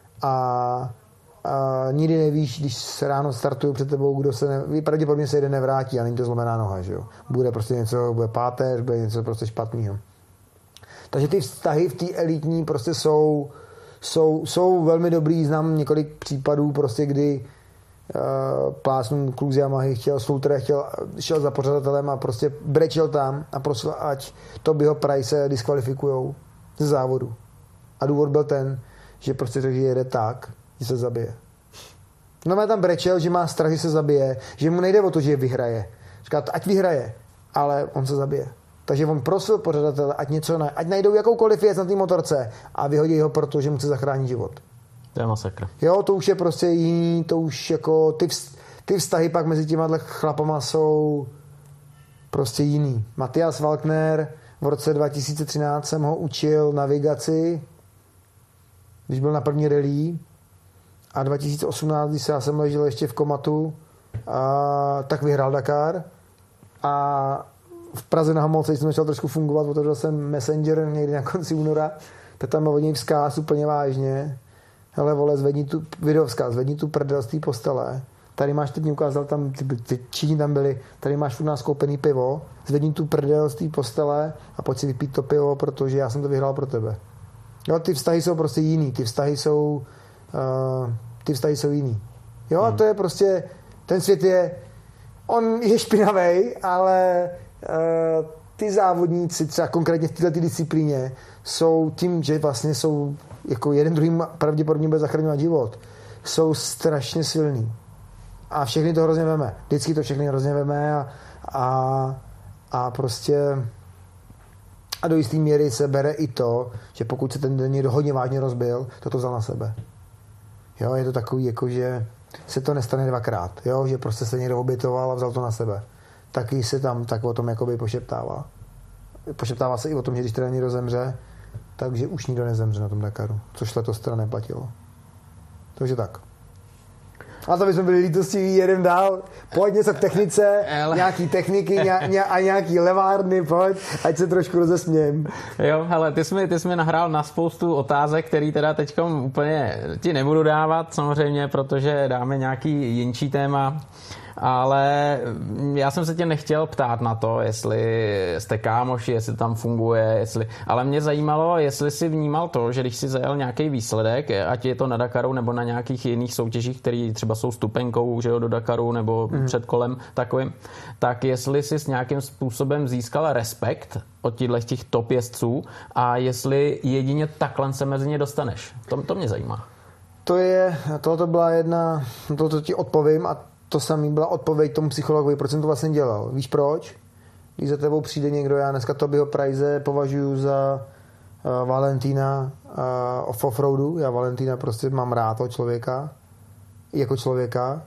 A a nikdy nevíš, když se ráno startují před tebou, kdo se ne, pravděpodobně se jeden nevrátí a není to zlomená noha, že jo. Bude prostě něco, bude páteř, bude něco prostě špatného. Takže ty vztahy v té elitní prostě jsou, jsou, jsou velmi dobrý. Znám několik případů prostě, kdy uh, plásnul kluk z Yamahy, chtěl Slutre, chtěl, šel za pořadatelem a prostě brečel tam a prosil, ať Tobyho Price diskvalifikujou ze závodu. A důvod byl ten, že prostě řekl, že jede tak, že se zabije. No má tam brečel, že má strach, že se zabije, že mu nejde o to, že vyhraje. Říká, ať vyhraje, ale on se zabije. Takže on prosil pořadatele, ať něco naj- ať najdou jakoukoliv věc na té motorce a vyhodí ho, protože mu chce zachránit život. To je masakr. Jo, to už je prostě jiný, to už jako ty, vz- ty vztahy pak mezi těma chlapama jsou prostě jiný. Matthias Walkner v roce dva tisíce třináct jsem ho učil navigaci, když byl na první rally. A dva tisíce osmnáct, když já jsem ležel ještě v komatu, a, tak vyhrál Dakar. A v Praze na Homolce jsem začal trošku fungovat, otevřel jsem Messenger někdy na konci února, tak tam od něj vzkáz úplně vážně. Hele vole, zvedni tu, videovzkáz, zvedni tu prdel z té postele. Tady máš, teď mi ukázal tam, ty, ty Číni tam byli, tady máš u nás koupený pivo, zvedni tu prdel z té postele a pojď si vypít to pivo, protože já jsem to vyhrál pro tebe. Jo, ty vztahy jsou prostě jiný, ty vztahy jsou Uh, ty vztahy jsou jiný. Jo, hmm. to je prostě, ten svět je, on je špinavej, ale uh, ty závodníci, třeba konkrétně v této disciplíně, jsou tím, že vlastně jsou jako jeden druhým pravděpodobně bude zachraňovat život, jsou strašně silný. A všechny to hrozně veme. Vždycky to všechny hrozně veme a, a, a prostě a do jisté míry se bere i to, že pokud se ten den někdo hodně vážně rozbil, to to vzal na sebe. Jo, je to takový, jako že se to nestane dvakrát, jo, že prostě se někdo obětoval a vzal to na sebe. Taky se tam tak o tom jakoby pošeptává. Pošeptává se i o tom, že když teda někdo zemře, takže už nikdo nezemře na tom Dakaru, což letos teda neplatilo. Takže tak. A to bychom byli lítostiví, jedem dál. Pojď něco k technice, Ale... nějaký techniky ně, ně, a nějaký levárny, pojď, ať se trošku rozesmějem. Jo, hele, ty jsi mi, ty jsi mi nahrál na spoustu otázek, který teda teďkom úplně ti nebudu dávat, samozřejmě, protože dáme nějaký jinčí téma. Ale já jsem se tě nechtěl ptát na to, jestli jste kámoši, jestli tam funguje, jestli... ale mě zajímalo, jestli jsi vnímal to, že když si zajel nějaký výsledek, ať je to na Dakaru nebo na nějakých jiných soutěžích, které třeba jsou stupenkou, že jo, do Dakaru nebo mm. před kolem takovým, tak jestli jsi s nějakým způsobem získal respekt od těchto těch top jezdců a jestli jedině takhle se mezi ně dostaneš. To, to mě zajímá. To je, tohle byla jedna, tohle ti odpovím a to samý byla odpověď tomu psychologovi, proč jsem to vlastně dělal. Víš proč? Když za tebou přijde někdo, já dneska Tobyho Price považuji za uh, Valentína uh, of offroadu. Já Valentína prostě mám rád toho člověka, jako člověka.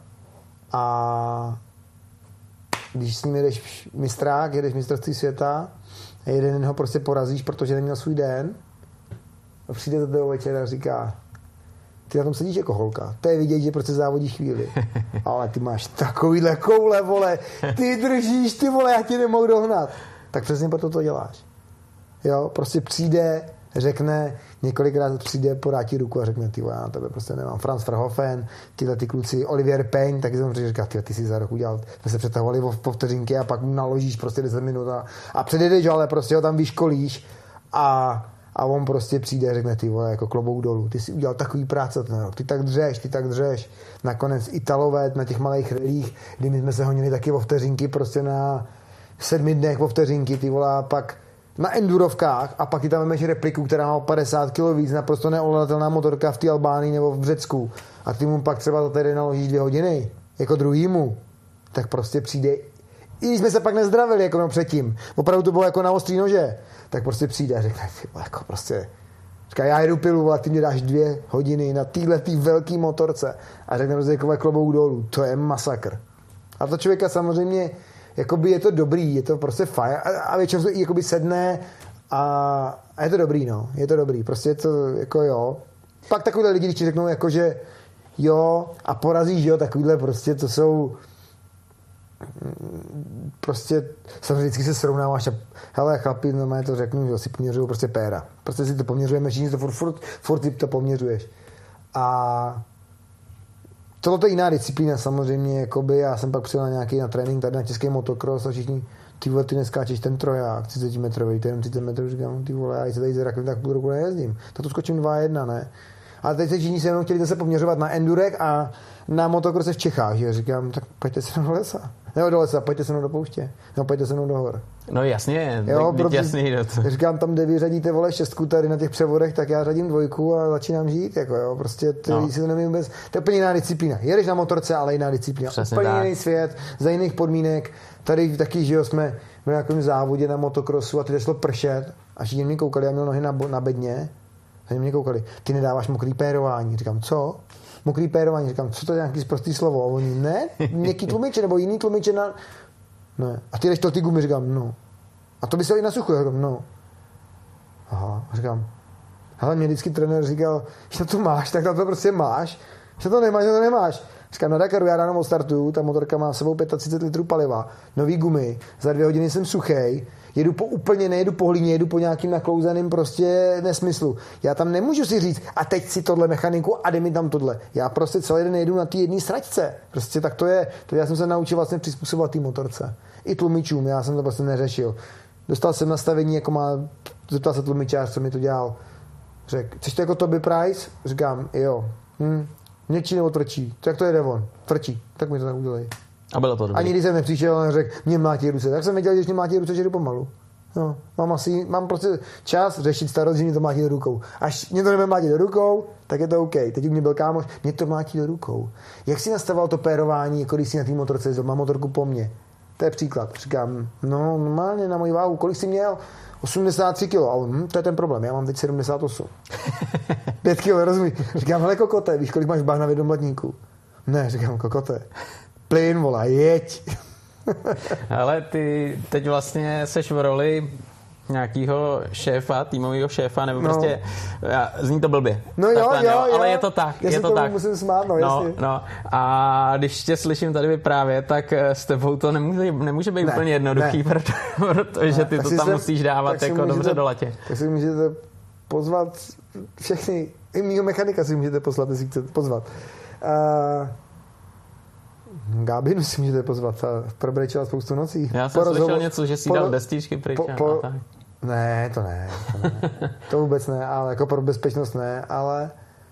A když s ním jedeš mistrák, jedeš mistrovství světa a jeden den ho prostě porazíš, protože neměl svůj den, a přijde do toho večera a říká: ty na tom sedíš jako holka. To je vidět, že prostě závodí chvíli. Ale ty máš takovýhle koule, vole. Ty držíš, ty vole, já tě nemohu dohnat. Tak přesně proto to děláš. Jo, prostě přijde, řekne, několikrát přijde, podá ti ruku a řekne: ty vole, já na tebe prostě nemám. Franz Verhoeven, tyhle ty kluci, Olivier Payne, taky jsem říkal, říká, ty, ty jsi za rok udělal, jsme se přetahovali po vteřinky a pak mu naložíš prostě deset minut a, a předjedeš, ale prostě ho tam vyškolíš a A on prostě přijde a řekne: ty vole, jako klobouk dolů, ty jsi udělal takový práce ten rok, ty tak dřeš, ty tak dřeš. Nakonec Italové na těch malých relích, kdy my jsme se honili taky o vteřinky, prostě na sedmi dnech o vteřinky, ty vole, a pak na endurovkách a pak ty tam máš repliku, která má padesát kilo víc, naprosto neovladatelná motorka v té Albánii nebo v Řecku a ty mu pak třeba za tady naložíš dvě hodiny, jako druhýmu, tak prostě přijde, i když jsme se pak nezdravili jako no předtím, opravdu to bylo jako na ostrý nože, tak prostě přijde a řekne: ty vole, jako prostě, říká, já jedu pilu, a ty mě dáš dvě hodiny na týhletý velký motorce a řekne prostě jako klobouk dolů, to je masakr. A to člověka samozřejmě, jakoby je to dobrý, je to prostě fajn a, a většinou se jakoby sedne a, a je to dobrý, no, je to dobrý, prostě je to jako jo. Pak takovýhle lidi, když ti řeknou jako, že jo a porazíš, jo, takovýhle prostě to jsou prostě samozřejmě vždycky se srovnáváš a hele chlapi, normálně to řeknu, že si poměřují prostě péra. Prostě si to poměřujeme, všichni to furt, furt, furt to poměřuješ. A tohle to je jiná disciplína samozřejmě, jakoby já jsem pak přijel na nějaký na trénink tady na český motocross a všichni: ty vole, ty neskáčeš ten troják, třicet metrový, to je jenom třicet metrů, říkám: ty vole, já se tady zrakvím, tak půl roku nejezdím. Tak to skočím dva jedna, ne? Ale teď se všichni se jenom chtěli zase poměřovat na endurek a na motokrose v Čechách, že říkám: tak pojďte se do lesa. Nebo do lesa, pojďte se mnou do pouště. Nebo pojďte se mnou do hor. No jasně, jo, tak jasný. To. Říkám, tam, kde vy řadíte, vole, šestku tady na těch převodech, tak já řadím dvojku a začínám žít, jako jo, prostě to, no. si to nevím vůbec, to je úplně jiná disciplína. Jedeš na motorce, ale jiná disciplína. Přesně úplně tak. Jiný svět, za jiných podmínek. Tady taky, že jo, jsme v nějakém závodě na motokrosu a teď šlo pršet a všichni mě koukali, já měl nohy na, na bedně, a mě koukali: ty nedáváš mokrý pérování. Říkám: co? Mokrý pérování. Říkám: co to je nějaký sprostý slovo? A oni: ne, měkký tlumiče nebo jiný tlumiče na... Ne. A ty jdeš to ty gumy, říkám: no. A to by se i na suchu, říkám: no. Aha, říkám: hele, mě vždycky trenér říkal, že to máš, tak to prostě máš, že to nemáš, že to nemáš. Říkám: na Dakaru já ráno odstartuju, ta motorka má s sebou třicet pět litrů paliva, nový gumy, za dvě hodiny jsem suchej, jedu po úplně, nejedu po hlíně, jedu po nějakým naklouzaným prostě nesmyslu. Já tam nemůžu si říct: a teď si tohle mechaniku a dej mi tam tohle. Já prostě celý den jedu na té jedné sračce. Prostě tak to je. To já jsem se naučil vlastně přizpůsobovat té motorce. I tlumičům, já jsem to prostě neřešil. Dostal jsem nastavení, jako má, zeptal se tlumičář, co mi to dělal. Řekl: chceš to jako Toby Price? Říkám: jo. Hm. Měkčí nebo tvrdší? Jak to jede on? Tvrdší. Tak mi to tak udělej. A bylo to dobrý. Ani když jsem nepřišel a řekl: mě mlátí ruce. Tak jsem věděl, že mě mlátí ruce, že jdu pomalu. No, mám asi, mám prostě čas řešit starost, že mě to mlátí do rukou. Až mě to nebude mlátit do rukou, tak je to OK. Teď u mě byl kámoš, mě to mlátí do rukou. Jak jsi nastavoval to pérování, jako když jsi na té motorce jezdil? Mám motorku po mně. To je příklad. Říkám: no, normálně na moji váhu. Kolik jsi měl? osmdesát tři kilo. A on: hm, to je ten problém, já mám teď sedmdesát osm. pět kilo, rozumíš? Říkám: hele kokote, víš, kolik máš bahna v jednom blatníku? Ne, říkám: kokote. Plyn, volá, jeď. Ale ty teď vlastně seš v roli nějakýho šéfa, týmového šéfa, nebo no. prostě, já, zní to blbě. No jo, Takhle, jo, jo, ale jo. je to tak. Já je se to tomu tak. musím smát, no, no, jasně. no. A když tě slyším tady vyprávět, tak s tebou to nemůže, nemůže být ne, úplně jednoduchý, ne. protože ne, ty to tam se, musíš dávat jako můžete, dobře do latě. Tak si můžete pozvat všechny, i mýho mechanika si můžete poslat, jestli chcete pozvat. Uh, Gábinu si můžete pozvat a probrečela spoustu nocí. Já jsem slyšel rozhovo- něco, že si po, dal destičky pryč. Po, po, tak. Ne, to ne. To, ne. to vůbec ne, ale jako pro bezpečnost ne, ale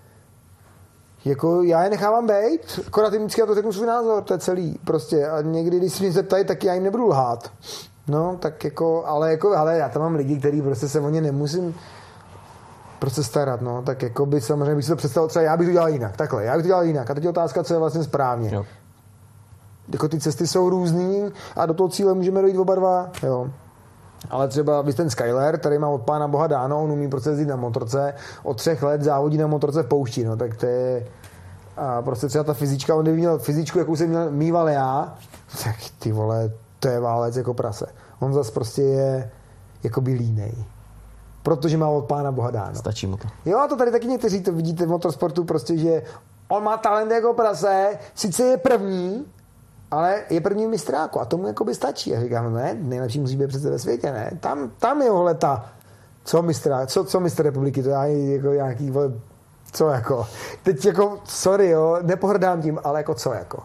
jako já je nechávám bejt, akorát jim vždycky já to řeknu svůj názor, to je celý prostě a někdy, když se mě zeptají, tak já jim nebudu lhát. No, tak jako, ale jako, hele, já tam mám lidi, kteří prostě se o ně nemusím prostě starat, no, tak jako by samozřejmě bych si to představil, třeba já bych to dělal jinak, takhle, já bych to dělal jinak a teď je otázka, co je vlastně správně. Jo. Jako ty cesty jsou různý a do toho cíle můžeme dojít oba dva, jo. Ale třeba vy ten Skyler, který má od pána boha dáno, on umí prostě jezdit na motorce, od třech let závodí na motorce v poušti, no, tak to je a prostě třeba ta fyzička, on kdyby měl fyzičku, jakou jsem měl, mýval já, tak ty vole, to je válec jako prase. On zas prostě je jakoby línej. Protože má od pána boha dáno. Stačí mu to. Jo, a to tady taky někteří to vidíte v motorsportu prostě, že on má talent jako prase, sice je první, ale je první v mistráku a tomu jakoby stačí. A říkám, ne, nejlepší musí být přece ve světě, ne? Tam, tam je ohle ta, co mistrák, co, co mistr republiky, to je jako nějaký, vole, co jako, teď jako, sorry, jo, nepohrdám tím, ale jako co jako.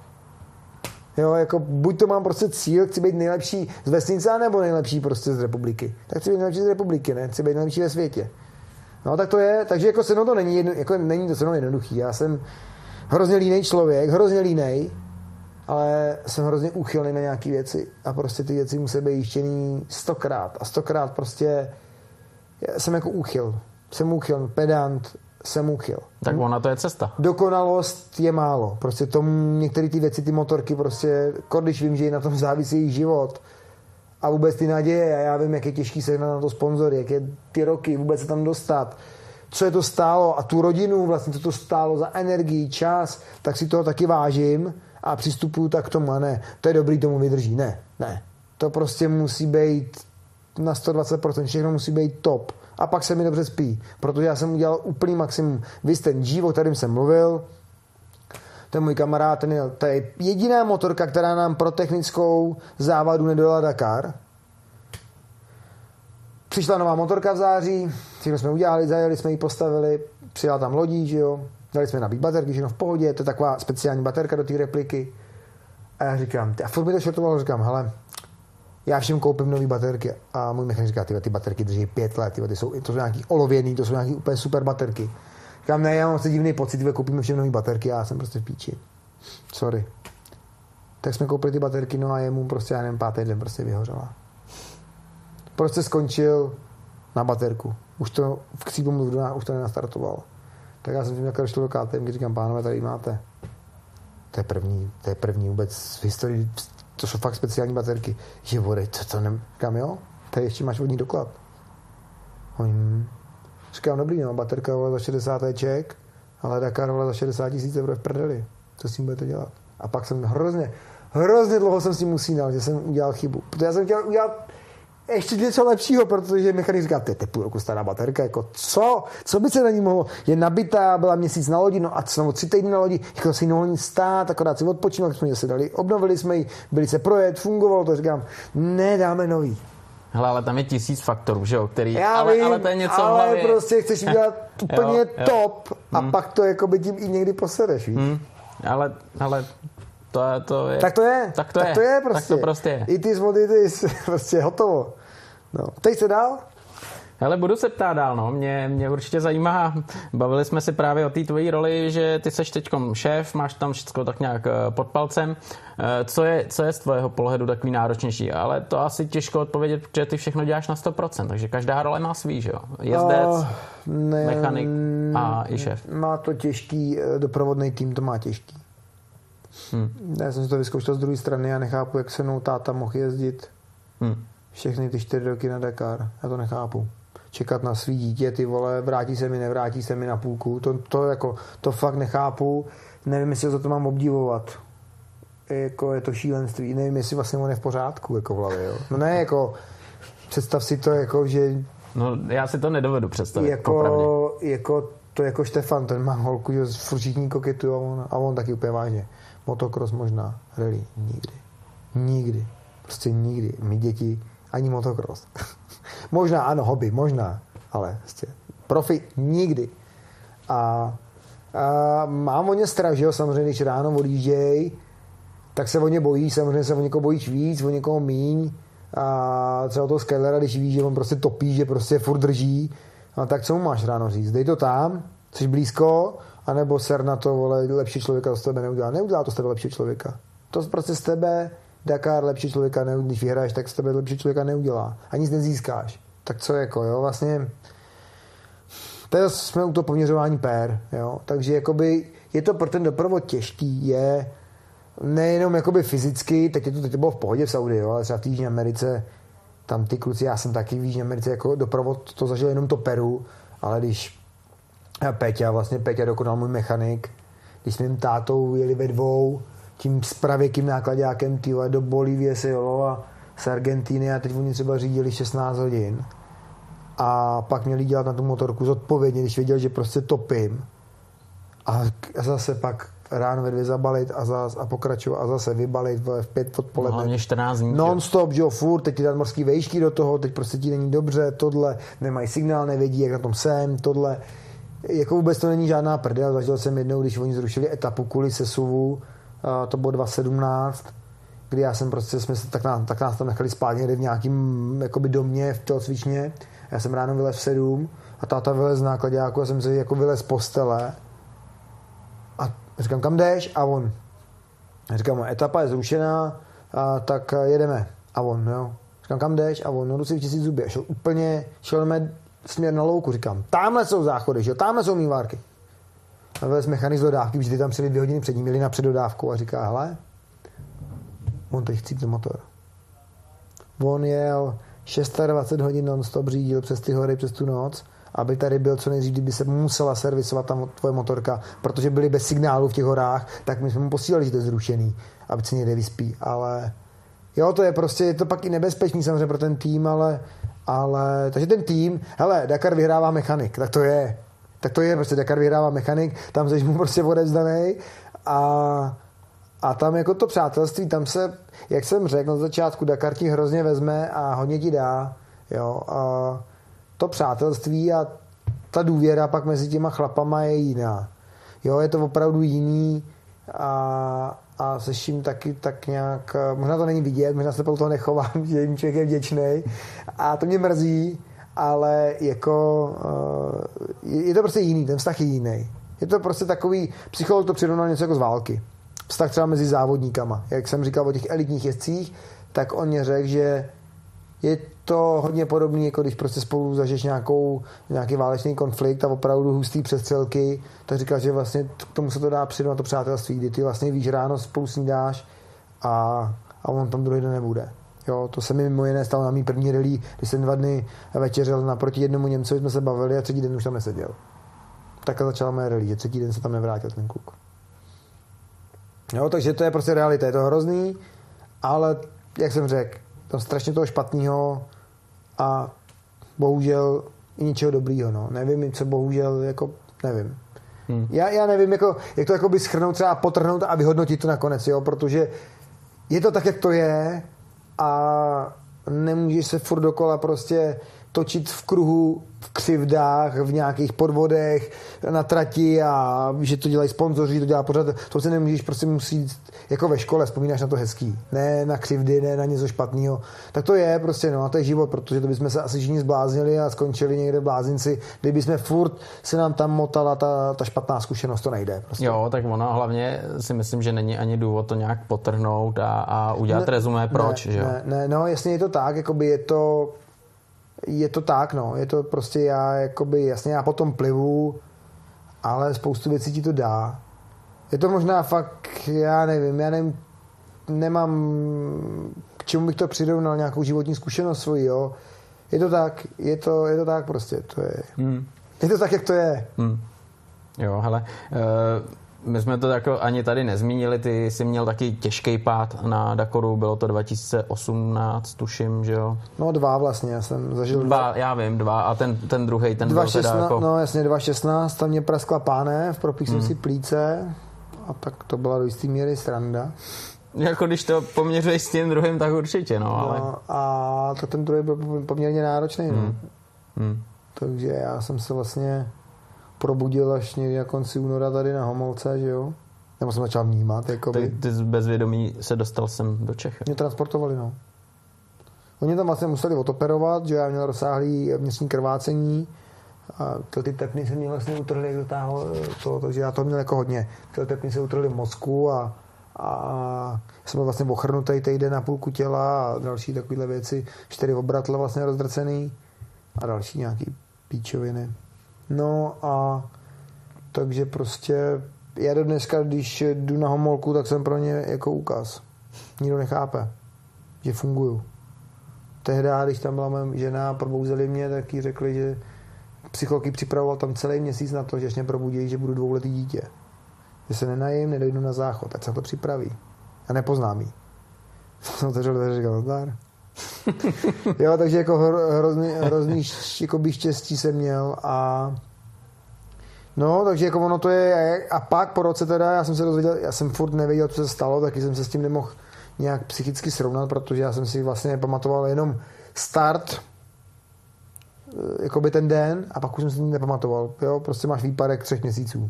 Jo, jako buď to mám prostě cíl, chci být nejlepší z vesnice, nebo nejlepší prostě z republiky. Tak chci být nejlepší z republiky, ne? Chci být nejlepší ve světě. No tak to je, takže jako se no to není, jedno, jako není to se no jednoduchý. Já jsem hrozně línej člověk, hrozně línej, ale jsem hrozně úchylný na nějaký věci a prostě ty věci musí být jištěný stokrát a stokrát prostě jsem jako úchyl. Jsem úchyl, pedant, jsem úchyl. Tak ona to je cesta. Dokonalost je málo. Prostě tomu některé ty věci, ty motorky prostě, když vím, že na tom závisí jejich život a vůbec ty naděje a já vím, jak je těžký sehnat na to sponzory, jak je ty roky vůbec se tam dostat, co je to stálo a tu rodinu vlastně, co to stálo za energii, čas, tak si toho taky vážím a přistupuju tak k tomu a ne, to je dobrý, tomu vydrží. Ne, ne. To prostě musí být na sto dvacet procent, všechno musí být top. A pak se mi dobře spí, protože já jsem udělal úplný maximum. Vy ten G, o kterým jsem mluvil, ten můj kamarád, ten je, to je jediná motorka, která nám pro technickou závadu nedala Dakar. Přišla nová motorka v září, všechno jsme udělali, zajeli jsme ji, postavili, přijela tam lodí, že jo, dali jsme nabít baterky, všechno v pohodě, to je taková speciální baterka do té repliky. A já říkám, a furt mi to šortovalo, říkám, hele, já všem koupím nový baterky a můj mechanik říká, ty, ty baterky drží pět let, ty, ty jsou, to jsou nějaký olověný, to jsou nějaký úplně super baterky. Říkám, ne, já mám se divný pocit, ty, koupíme všem nový baterky a já jsem prostě v píči. Sorry. Tak jsme koupili ty baterky, no a jemu prostě, já nevím, pátý den prostě vyhořela. Prostě skončil na baterku. Už to v křípu mluvdu, už to nenastartoval. Tak já jsem tím jako šel do ká té emky, říkám, pánové, tady máte. To je první, to je první vůbec v historii, to jsou fakt speciální baterky. Že vody, co to nem... Říkám, jo, tady ještě máš vodní doklad. Hmm. Říkám, dobrý, no, baterka vole za šedesát éček, ale Dakar vole za šedesát tisíc euro v prdeli. Co s tím budete dělat? A pak jsem hrozně, hrozně dlouho jsem s tím usínal, že jsem udělal chybu. Protože já jsem chtěl udělat ještě něco lepšího, protože mechanik říká, to je půl roku stará baterka, jako co? Co by se na ní mohlo? Je nabitá, byla měsíc na lodi, no a co, tři týdny na lodi, jako si nemohlo nic stát, akorát si odpočinul, jsme ji zase dali, obnovili jsme ji, byli se projet, fungovalo to, říkám, ne, dáme nový. Hele, ale tam je tisíc faktorů, že jo, který, já ale, vím, ale to je něco ale v hlavě. prostě chceš udělat úplně jo, jo. top a hmm. pak to jako by tím i někdy posedeš, víš? Hmm. Ale, ale to je, to je... Tak to je, tak to tak je, to je prostě. Tak to prostě je. It is what it is, prostě hotovo. No, teď se dál? Hele, budu se ptát dál, no. Mě, mě určitě zajímá, bavili jsme se právě o té tvojí roli, že ty seš teďkom šéf, máš tam všechno tak nějak pod palcem. Co je, co je z tvého pohledu takový náročnější? Ale to asi těžko odpovědět, protože ty všechno děláš na sto procent, takže každá role má svý, že jo? Jezdec, uh, ne, mechanik a i šéf. Má to těžký, doprovodný tým to má těžký. Hmm. Já jsem si to vyzkoušel z druhé strany, já nechápu, jak se mnou táta mohl jezdit hmm. všechny ty čtyři roky na Dakar. Já to nechápu. Čekat na svý dítě, ty vole, vrátí se mi, nevrátí se mi na půlku. To, to, jako, to fakt nechápu. Nevím, jestli za to mám obdivovat. Jako je to šílenství. Nevím, jestli vlastně on je v pořádku jako v hlavě. Jo. No ne, jako představ si to jako, že... No já si to nedovedu představit, jako, jako to jako Štefan, ten má holku, že furt všichni koketují a on, a on taky úplně vážně. Motocross možná, rally, nikdy. Nikdy. Prostě nikdy. My děti, ani motocross. Možná ano, hobby, možná, ale prostě profi nikdy. A, a mám o ně strach, že jo, samozřejmě, když ráno odjížděj, tak se o ně bojí, samozřejmě se o někoho bojíš víc, o někoho míň. A třeba toho Skylera, když víš, že on prostě topí, že prostě furt drží, a tak co mu máš ráno říct? Dej to tam, jsi blízko, anebo ser na to, vole, lepší člověka z tebe neudělá. Neudělá to z tebe lepší člověka. To prostě z tebe Dakar lepší člověka neudělá. Když vyhráš, tak z tebe lepší člověka neudělá. A nic nezískáš. Tak co jako, jo, vlastně teď jsme u toho poměřování pér, jo. Takže jakoby je to pro ten doprovod těžký, je nejenom jakoby fyzicky, teď, je to, teď to bylo v pohodě v Saudi, jo, ale třeba v Jižní Americe, tam ty kluci, já jsem taky v Jižní Americe jako doprovod to zažil jenom to Peru, ale když Peťa, vlastně Peťa dokonal můj mechanik, když jsme jim tátou jeli ve dvou, tím spravěkým nákladákem týhle do Bolívie se jelo a z Argentíny a teď oni třeba řídili šestnáct hodin a pak měli dělat na tu motorku zodpovědně, když věděl, že prostě topím a zase pak ráno ve dvě zabalit a, zas, a pokračovat a zase vybalit v pět odpoledne. No, hlavně čtrnáct dní. Non-stop, že jo, furt, teď ty nadmorský vejšky do toho, teď prostě ti není dobře, tohle, nemají signál, nevědí, jak na tom jsem, tohle. Jako vůbec to není žádná prdel, zažil jsem jednou, když oni zrušili etapu kvůli sesuvu, to bylo dva tisíce sedmnáct, kdy já jsem prostě, jsme se, tak, nás, tak nás tam nechali spát někde v nějakým jakoby domě v tělocvičně, já jsem ráno vylez v sedm a táta vylez z nákladáku, já jsem se jako vylez z postele a říkám, kam jdeš? A on. Já říkám, etapa je zrušená, a tak jedeme. A on, jo. Říkám, kam jdeš? A on, no jdu si včistit zuby. A šel úplně, šel mé směr na louku, říkám, tamhle jsou záchody, že jo, tamhle jsou mývárky. A vylez mechanik z dodávky, protože ty tam přijeli dvě hodiny před ním, měli na předodávku a říká, hele, on teď chcípne motor. On jel dvacet šest hodin non-stop, řídil přes ty hory, přes tu noc, aby tady byl co nejdřív, kdyby se musela servisovat tam tvoje motorka, protože byli bez signálu v těch horách, tak my jsme mu posílali, že to je zrušený, aby se někde vyspí, ale jo, to je prostě, je to pak i nebezpečný samozřejmě pro ten tým, ale, ale takže ten tým, hele, Dakar vyhrává mechanik, tak to je, tak to je, prostě Dakar vyhrává mechanik, tam seš mu prostě odevzdanej a a tam jako to přátelství, tam se, jak jsem řekl na začátku, Dakar ti hrozně vezme a hodně ti dá, jo, a to přátelství a ta důvěra pak mezi těma chlapama je jiná. Jo, je to opravdu jiný a, a seš jim taky tak nějak, možná to není vidět, možná se podle toho nechovám, že jim člověk je vděčnej a to mě mrzí, ale jako je to prostě jiný, ten vztah je jiný. Je to prostě takový, psycholog to přirovnal něco jako z války. Vztah třeba mezi závodníkama. Jak jsem říkal o těch elitních jezdcích, tak on mě řekl, že je to hodně podobný, jako když prostě spolu zažiješ nějakou, nějaký válečný konflikt a opravdu hustý přestřelky, tak říkal, že vlastně k tomu se to dá přirovnat to přátelství, kdy ty vlastně víš, ráno spolu snídáš a, a on tam druhý den nebude. Jo, to se mi mimo jiné stalo na mý první rally, když jsem dva dny večeřel naproti jednomu Němcovi, jsme se bavili a třetí den už tam neseděl. Tak začala moje rally, že třetí den se tam nevrátil ten kluk. Jo, takže to je prostě realita, je to hrozný, ale jak jsem řekl, tam strašně toho špatného a bohužel i ničeho dobrýho, no. Nevím, co bohužel, jako, nevím. Hmm. Já, já nevím, jako, jak to jako by schrnout třeba potrhnout a vyhodnotit to nakonec, jo, protože je to tak, jak to je a nemůžeš se furt dokola prostě točit v kruhu, v křivdách, v nějakých podvodech na trati a že to dělají sponzoři, to dělá pořád, to se nemůžeš, prostě musí, jako ve škole, vzpomínáš na to hezký, ne na křivdy, ne na něco špatného, tak to je prostě, no a to je život, protože to bychom se asi všichni zbláznili a skončili někde v blázinci, kdyby jsme furt se nám tam motala ta, ta špatná zkušenost, to nejde. Prostě. Jo, tak ono hlavně si myslím, že není ani důvod to nějak potrhnout a, a udělat ne, rezumé, proč, ne, že jo? Ne, ne, no jasně je to tak, jakoby je to je to tak, no, je to prostě já, jakoby, jasně já potom plivu, ale spoustu věcí ti to dá. Je to možná fakt, já nevím, já nevím, nemám, k čemu bych to přirovnal, nějakou životní zkušenost svoji, jo. Je to tak, je to, je to tak prostě, to je, hmm. je to tak, jak to je. Hmm. Jo, hele, uh... My jsme to jako ani tady nezmínili, ty jsi měl taky těžký pád na Dakaru, bylo to dva tisíce osmnáct, tuším, že jo? No dva vlastně, já jsem zažil dva. dva já vím, dva a ten, ten druhej, ten dva byl teda jako... No jasně, dva šestnáct, tam mě praskla pánev, propích jsem hmm. si plíce a tak to byla do jistý míry sranda. Jako když to poměřuješ s tím druhým, tak určitě, no, ale... No, a to ten druhý byl poměrně náročný, no. Hmm. Hmm. Takže já jsem se vlastně probudil až někdy na konci února tady na Homolce, že jo? Nebo jsem začal vnímat, jakoby. Ty, ty z bezvědomí se dostal sem do Čech. Mě transportovali, no. Oni tam vlastně museli odoperovat, že já měl rozsáhlý vnitřní krvácení a ty tepny se mě vlastně utrhly, jak dotáhl to, takže já to měl jako hodně. Ty tepny se utrhly v mozku a, a jsem byl vlastně ochrnutý týden na půlku těla a další takovéhle věci. Čtyři obratla vlastně rozdrcený a další nějaký píčoviny. No a takže prostě já do dneska, když jdu na Homolku, tak jsem pro ně jako úkaz. Nikdo nechápe, že funguju. Tehdy, když tam byla moje žena, probouzeli mě, tak jí řekli, že psycholog připravoval tam celý měsíc na to, že až mě probudí, že budu dvouletý dítě. Že se nenajím, nedojdu na záchod, ať se to připraví. A nepoznám jí. Jsem otevřel dveře, říkal, zdar. Jo, takže jako hrozný, hrozný jako štěstí jsem měl a no, takže jako ono to je a pak po roce teda, já jsem se dozvěděl, já jsem furt nevěděl, co se stalo, taky jsem se s tím nemohl nějak psychicky srovnat, protože já jsem si vlastně nepamatoval jenom start, jakoby ten den a pak už jsem si nepamatoval, jo, prostě máš výpadek třech měsíců.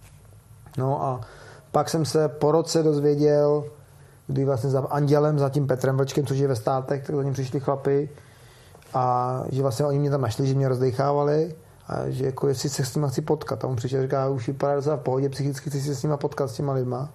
No a pak jsem se po roce dozvěděl, kdy vlastně za Andělem, za tím Petrem Vlčkem, což je ve Státech, tak za ním přišli chlapi a že vlastně oni mě tam našli, že mě rozdechávali a že jako jestli se s nima chci potkat. A on přišel a říká, už vypadá docela v pohodě psychicky, chci se s nima potkat, s těma lidma.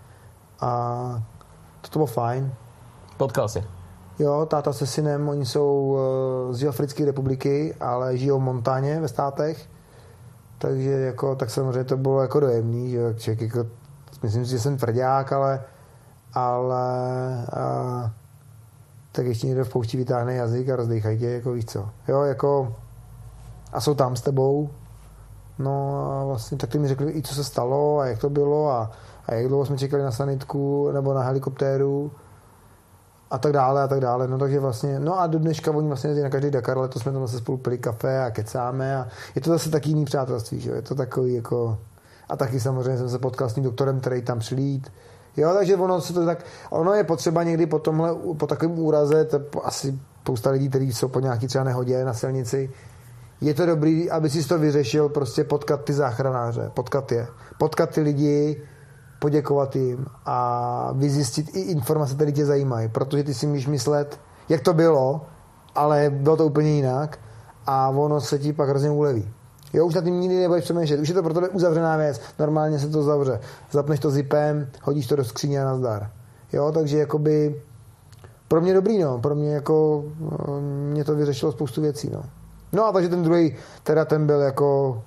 A to, to bylo fajn. Potkal jsi? Jo, táta se synem, oni jsou z Jihoafrické republiky, ale žijou v Montáně ve Státech. Takže jako, tak samozřejmě to bylo jako dojemný, že člověk jako, myslím si, že jsem tvrdák, ale ale a, tak ještě někdo v poušti vytáhne jazyk a rozdejchaj tě, jako víš co. Jo, jako a jsou tam s tebou. No a vlastně tak ty mi řekli i co se stalo a jak to bylo a, a jak dlouho jsme čekali na sanitku nebo na helikoptéru a tak dále a tak dále. No takže vlastně, no a do dneška oni vlastně jezdí na každý Dakar, ale to jsme tam zase spolu pili kafe a kecáme a je to zase taky jiný přátelství, že jo. Je to takový jako a taky samozřejmě jsem se potkal s tím doktorem, který tam přilít. Jo, takže ono se to tak, ono je potřeba někdy po tomhle, po takovém úraze, to asi spousta lidí, kteří jsou po nějaký třeba nehodě na silnici, je to dobrý, aby si to vyřešil, prostě potkat ty záchranáře, potkat je, potkat ty lidi, poděkovat jim a vyzjistit i informace, které tě zajímají, protože ty si můžeš myslet, jak to bylo, ale bylo to úplně jinak a ono se ti pak hrozně uleví. Jo, už na tím nikdy nebudeš přemýšlet. Už je to pro tebe uzavřená věc. Normálně se to zavře. Zapneš to zipem, hodíš to do skříně a nazdar. Jo, takže jakoby pro mě dobrý, no. Pro mě jako mě to vyřešilo spoustu věcí, no. No a takže ten druhý, teda ten byl jako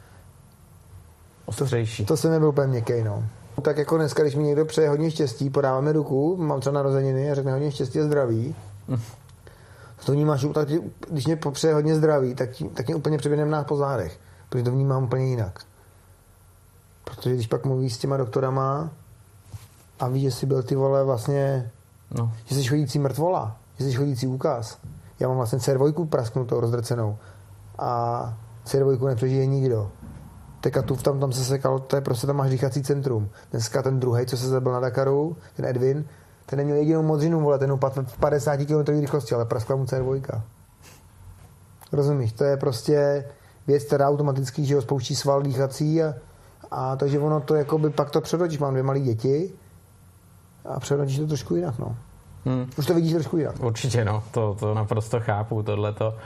ostřejší. To, to jsem nebyl úplně měkkej, no. Tak jako dneska, když mi někdo přeje hodně štěstí, podáváme ruku, mám třeba narozeniny a řekne hodně štěstí a zdraví. Mm. To vnímáš, tak když mě popřeje hodně zdraví, tak, tak mě úplně přeběhne nás po zádech, protože to vnímám úplně jinak. Protože když pak mluvíš s těma doktorama a víš, že jsi byl ty vole vlastně, no. Že jsi chodící mrtvola, že jsi chodící úkaz. Já mám vlastně cé dva prasknutou, rozdrcenou a cé dva nepřežije nikdo. Teďka tu tam, tam se sekal, to je prostě tam máš dýchací centrum. Dneska ten druhej, co se zabil na Dakaru, ten Edwin, ten neměl jedinou modřinu, vole, ten upad v padesáti kilometrů rychlosti, ale praskla mu cé dva. Rozumíš? To je prostě věc, která automaticky, že ho spouští sval dýchací a, a takže ono to jakoby pak to přerodíš. Mám dvě malé děti a přerodíš to trošku jinak, no. Hmm. Už to vidíš trošku jinak. Určitě, no. To, to naprosto chápu, tohleto. Uh,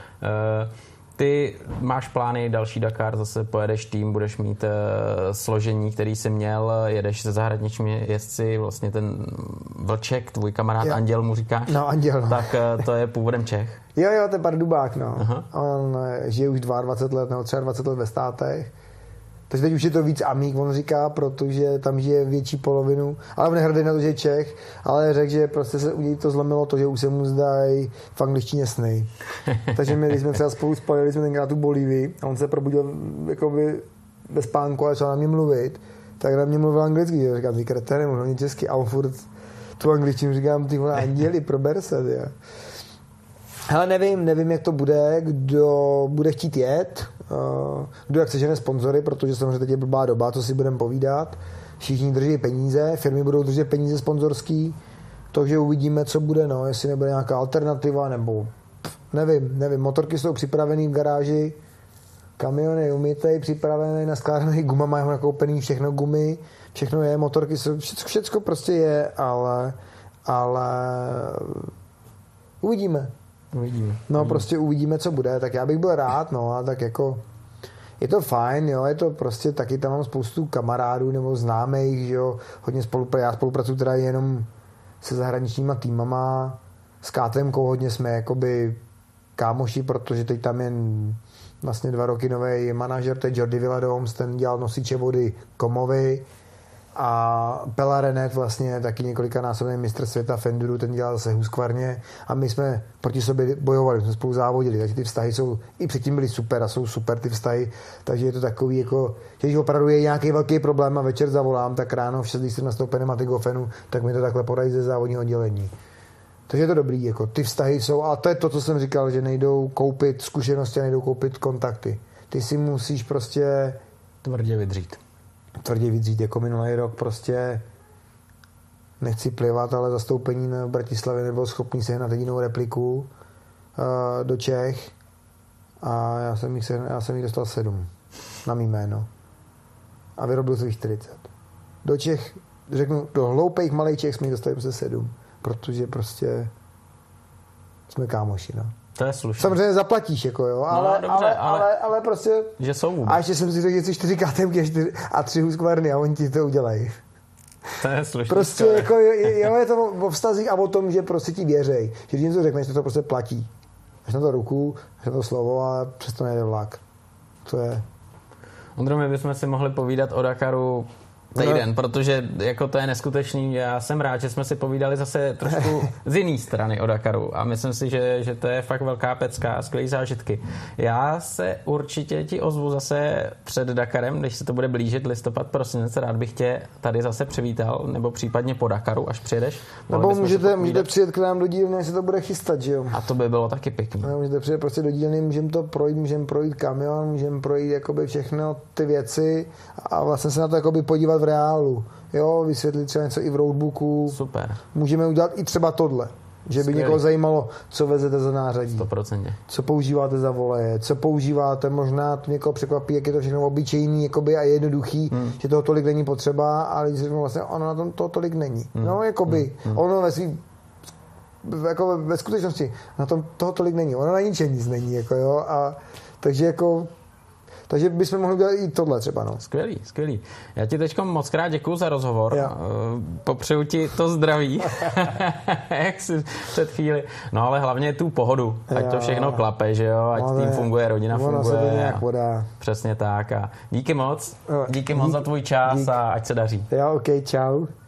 ty máš plány další Dakar, zase pojedeš tým, budeš mít uh, složení, který jsi měl, jedeš se zahraničními jezdci, vlastně ten Vlček, tvůj kamarád jo. Anděl mu říkáš? No, Anděl. No. Tak uh, to je původem Čech. Jo, jo, to je Pardubák, no. Aha. On žije už dvacet dva let nebo dvacet tři let ve Státech. Takže teď už je to víc amík, on říká, protože tam žije větší polovinu, ale on nehrdý na to, že je Čech, ale řekl, že prostě se u něj to zlomilo to, že už se mu zdají v angličtině sny. Takže my, když jsme třeba spolu spalili, jsme tenkrát tu Bolívii a on se probudil jakoby ve spánku a začal na mě mluvit, tak na mě mluvil anglicky, že? Říkám, ty kretény, mluvil česky, a on furt tu angličtinu říkám, ty vole, anděli, prober se, jo. Hele, nevím, nevím, jak to bude, kdo bude chtít jet, kdo jak sežene sponzory, protože samozřejmě teď je blbá doba, co si budeme povídat. Všichni drží peníze, firmy budou držet peníze sponzorský, takže uvidíme, co bude, no, jestli nebude nějaká alternativa, nebo pff, nevím, nevím, motorky jsou připravený v garáži, kamiony umytej, připravený, naskládaný, guma mají nakoupený, všechno gumy, všechno je, motorky jsou, všecko, všecko prostě je, ale, ale uvidíme. Uvidíme. No uvidíme. prostě uvidíme, co bude, tak já bych byl rád, no a tak jako je to fajn, jo, je to prostě taky tam mám spoustu kamarádů nebo známých, že jo, hodně spolupra- já spolupracuju teda jenom se zahraničníma týmama, s KTMkou hodně jsme jakoby kámoši, protože teď tam je vlastně dva roky nový manažer, to je Jordi Villadoms, ten dělal nosiče vody Komovi, a Pela Renet vlastně taky několikanásobný mistr světa v enduru, ten dělal zase Husqvarně a my jsme proti sobě bojovali, jsme spolu závodili, takže ty vztahy jsou, i předtím byly super a jsou super ty vztahy, takže je to takový jako, že když opravdu je nějaký velký problém a večer zavolám, tak ráno v šest, když jsem nastoupil pneumatikofenu, tak mi to takhle poradí ze závodního oddělení. Takže je to dobrý, jako ty vztahy jsou, a to je to, co jsem říkal, že nejdou koupit zkušenosti a nejdou koupit kontakty. Ty si musíš prostě tvrdě vydřít. tvrdě vydřít, jako minulý rok prostě nechci plivat, ale zastoupení na Bratislavě nebylo schopný sehnat jedinou repliku uh, do Čech a já jsem jich, já jsem jich dostal sedm na mý jméno a vyrobil svých čtyřicet. Do Čech, řeknu, do hloupých malých Čech jsme jich dostali se sedm, protože prostě jsme kámoši, no. To je slušné. Samozřejmě zaplatíš, jako jo, ale, no, dobře, ale, ale, ale, ale prostě... Že jsou vůbec. A ještě jsem si řekl, že jsi čtyři KTMky a tři Husqvarny a oni ti to udělají. To je slušný. Prostě skvěle. Jako, jo, je to o vztazích a o tom, že prostě ti věřej. Že když něco řekneš, to, to prostě platí. Až na to ruku, až na to slovo a přesto nejde vlak. To je... Ondro, my bychom si mohli povídat o Dakaru týden, no. Protože jako to je neskutečný. Já jsem rád, že jsme si povídali zase trošku z jiné strany o Dakaru a myslím si, že, že to je fakt velká pecka a skvělý zážitky. Já se určitě ti ozvu zase před Dakarem, když se to bude blížit listopad, prosinec, rád bych tě tady zase přivítal, nebo případně po Dakaru, až přijedeš. Nebo můžete, můžete přijet k nám do dílny, až se to bude chystat, že jo? A to by bylo taky pěkný. No, můžete přijet prostě do dílny, můžeme to projít, můžeme projít kamion, můžeme projít jakoby všechno ty věci a vlastně se na to jakoby podívat v reálu. Jo, vysvětlit třeba něco i v roadbooku. Super. Můžeme udělat i třeba tohle. Že by Skvělý. někoho zajímalo, co vezete za nářadí. sto procent. Co používáte za voleje, co používáte, možná to někoho překvapí, jak je to všechno obyčejný jakoby, a jednoduchý, hmm. že toho tolik není potřeba, ale když řeknu vlastně, ono na tom toho tolik není. Hmm. No, jakoby, hmm. ono ve svým jako ve skutečnosti na tom toho tolik není. Ono na ničem nic není, jako jo, a takže jako takže bychom mohli udělat i tohle třeba, no. Skvělý, skvělý. Já ti teďko moc krát děkuju za rozhovor. Ja. Popřeju ti to zdraví, jak jsi před chvíli. No ale hlavně tu pohodu, ať ja. to všechno klape, že jo, ať ale tým funguje, rodina ono funguje. se to nějak podá. Přesně tak a díky moc, díky díky, moc za tvůj čas díky. A ať se daří. Jo, ok, čau.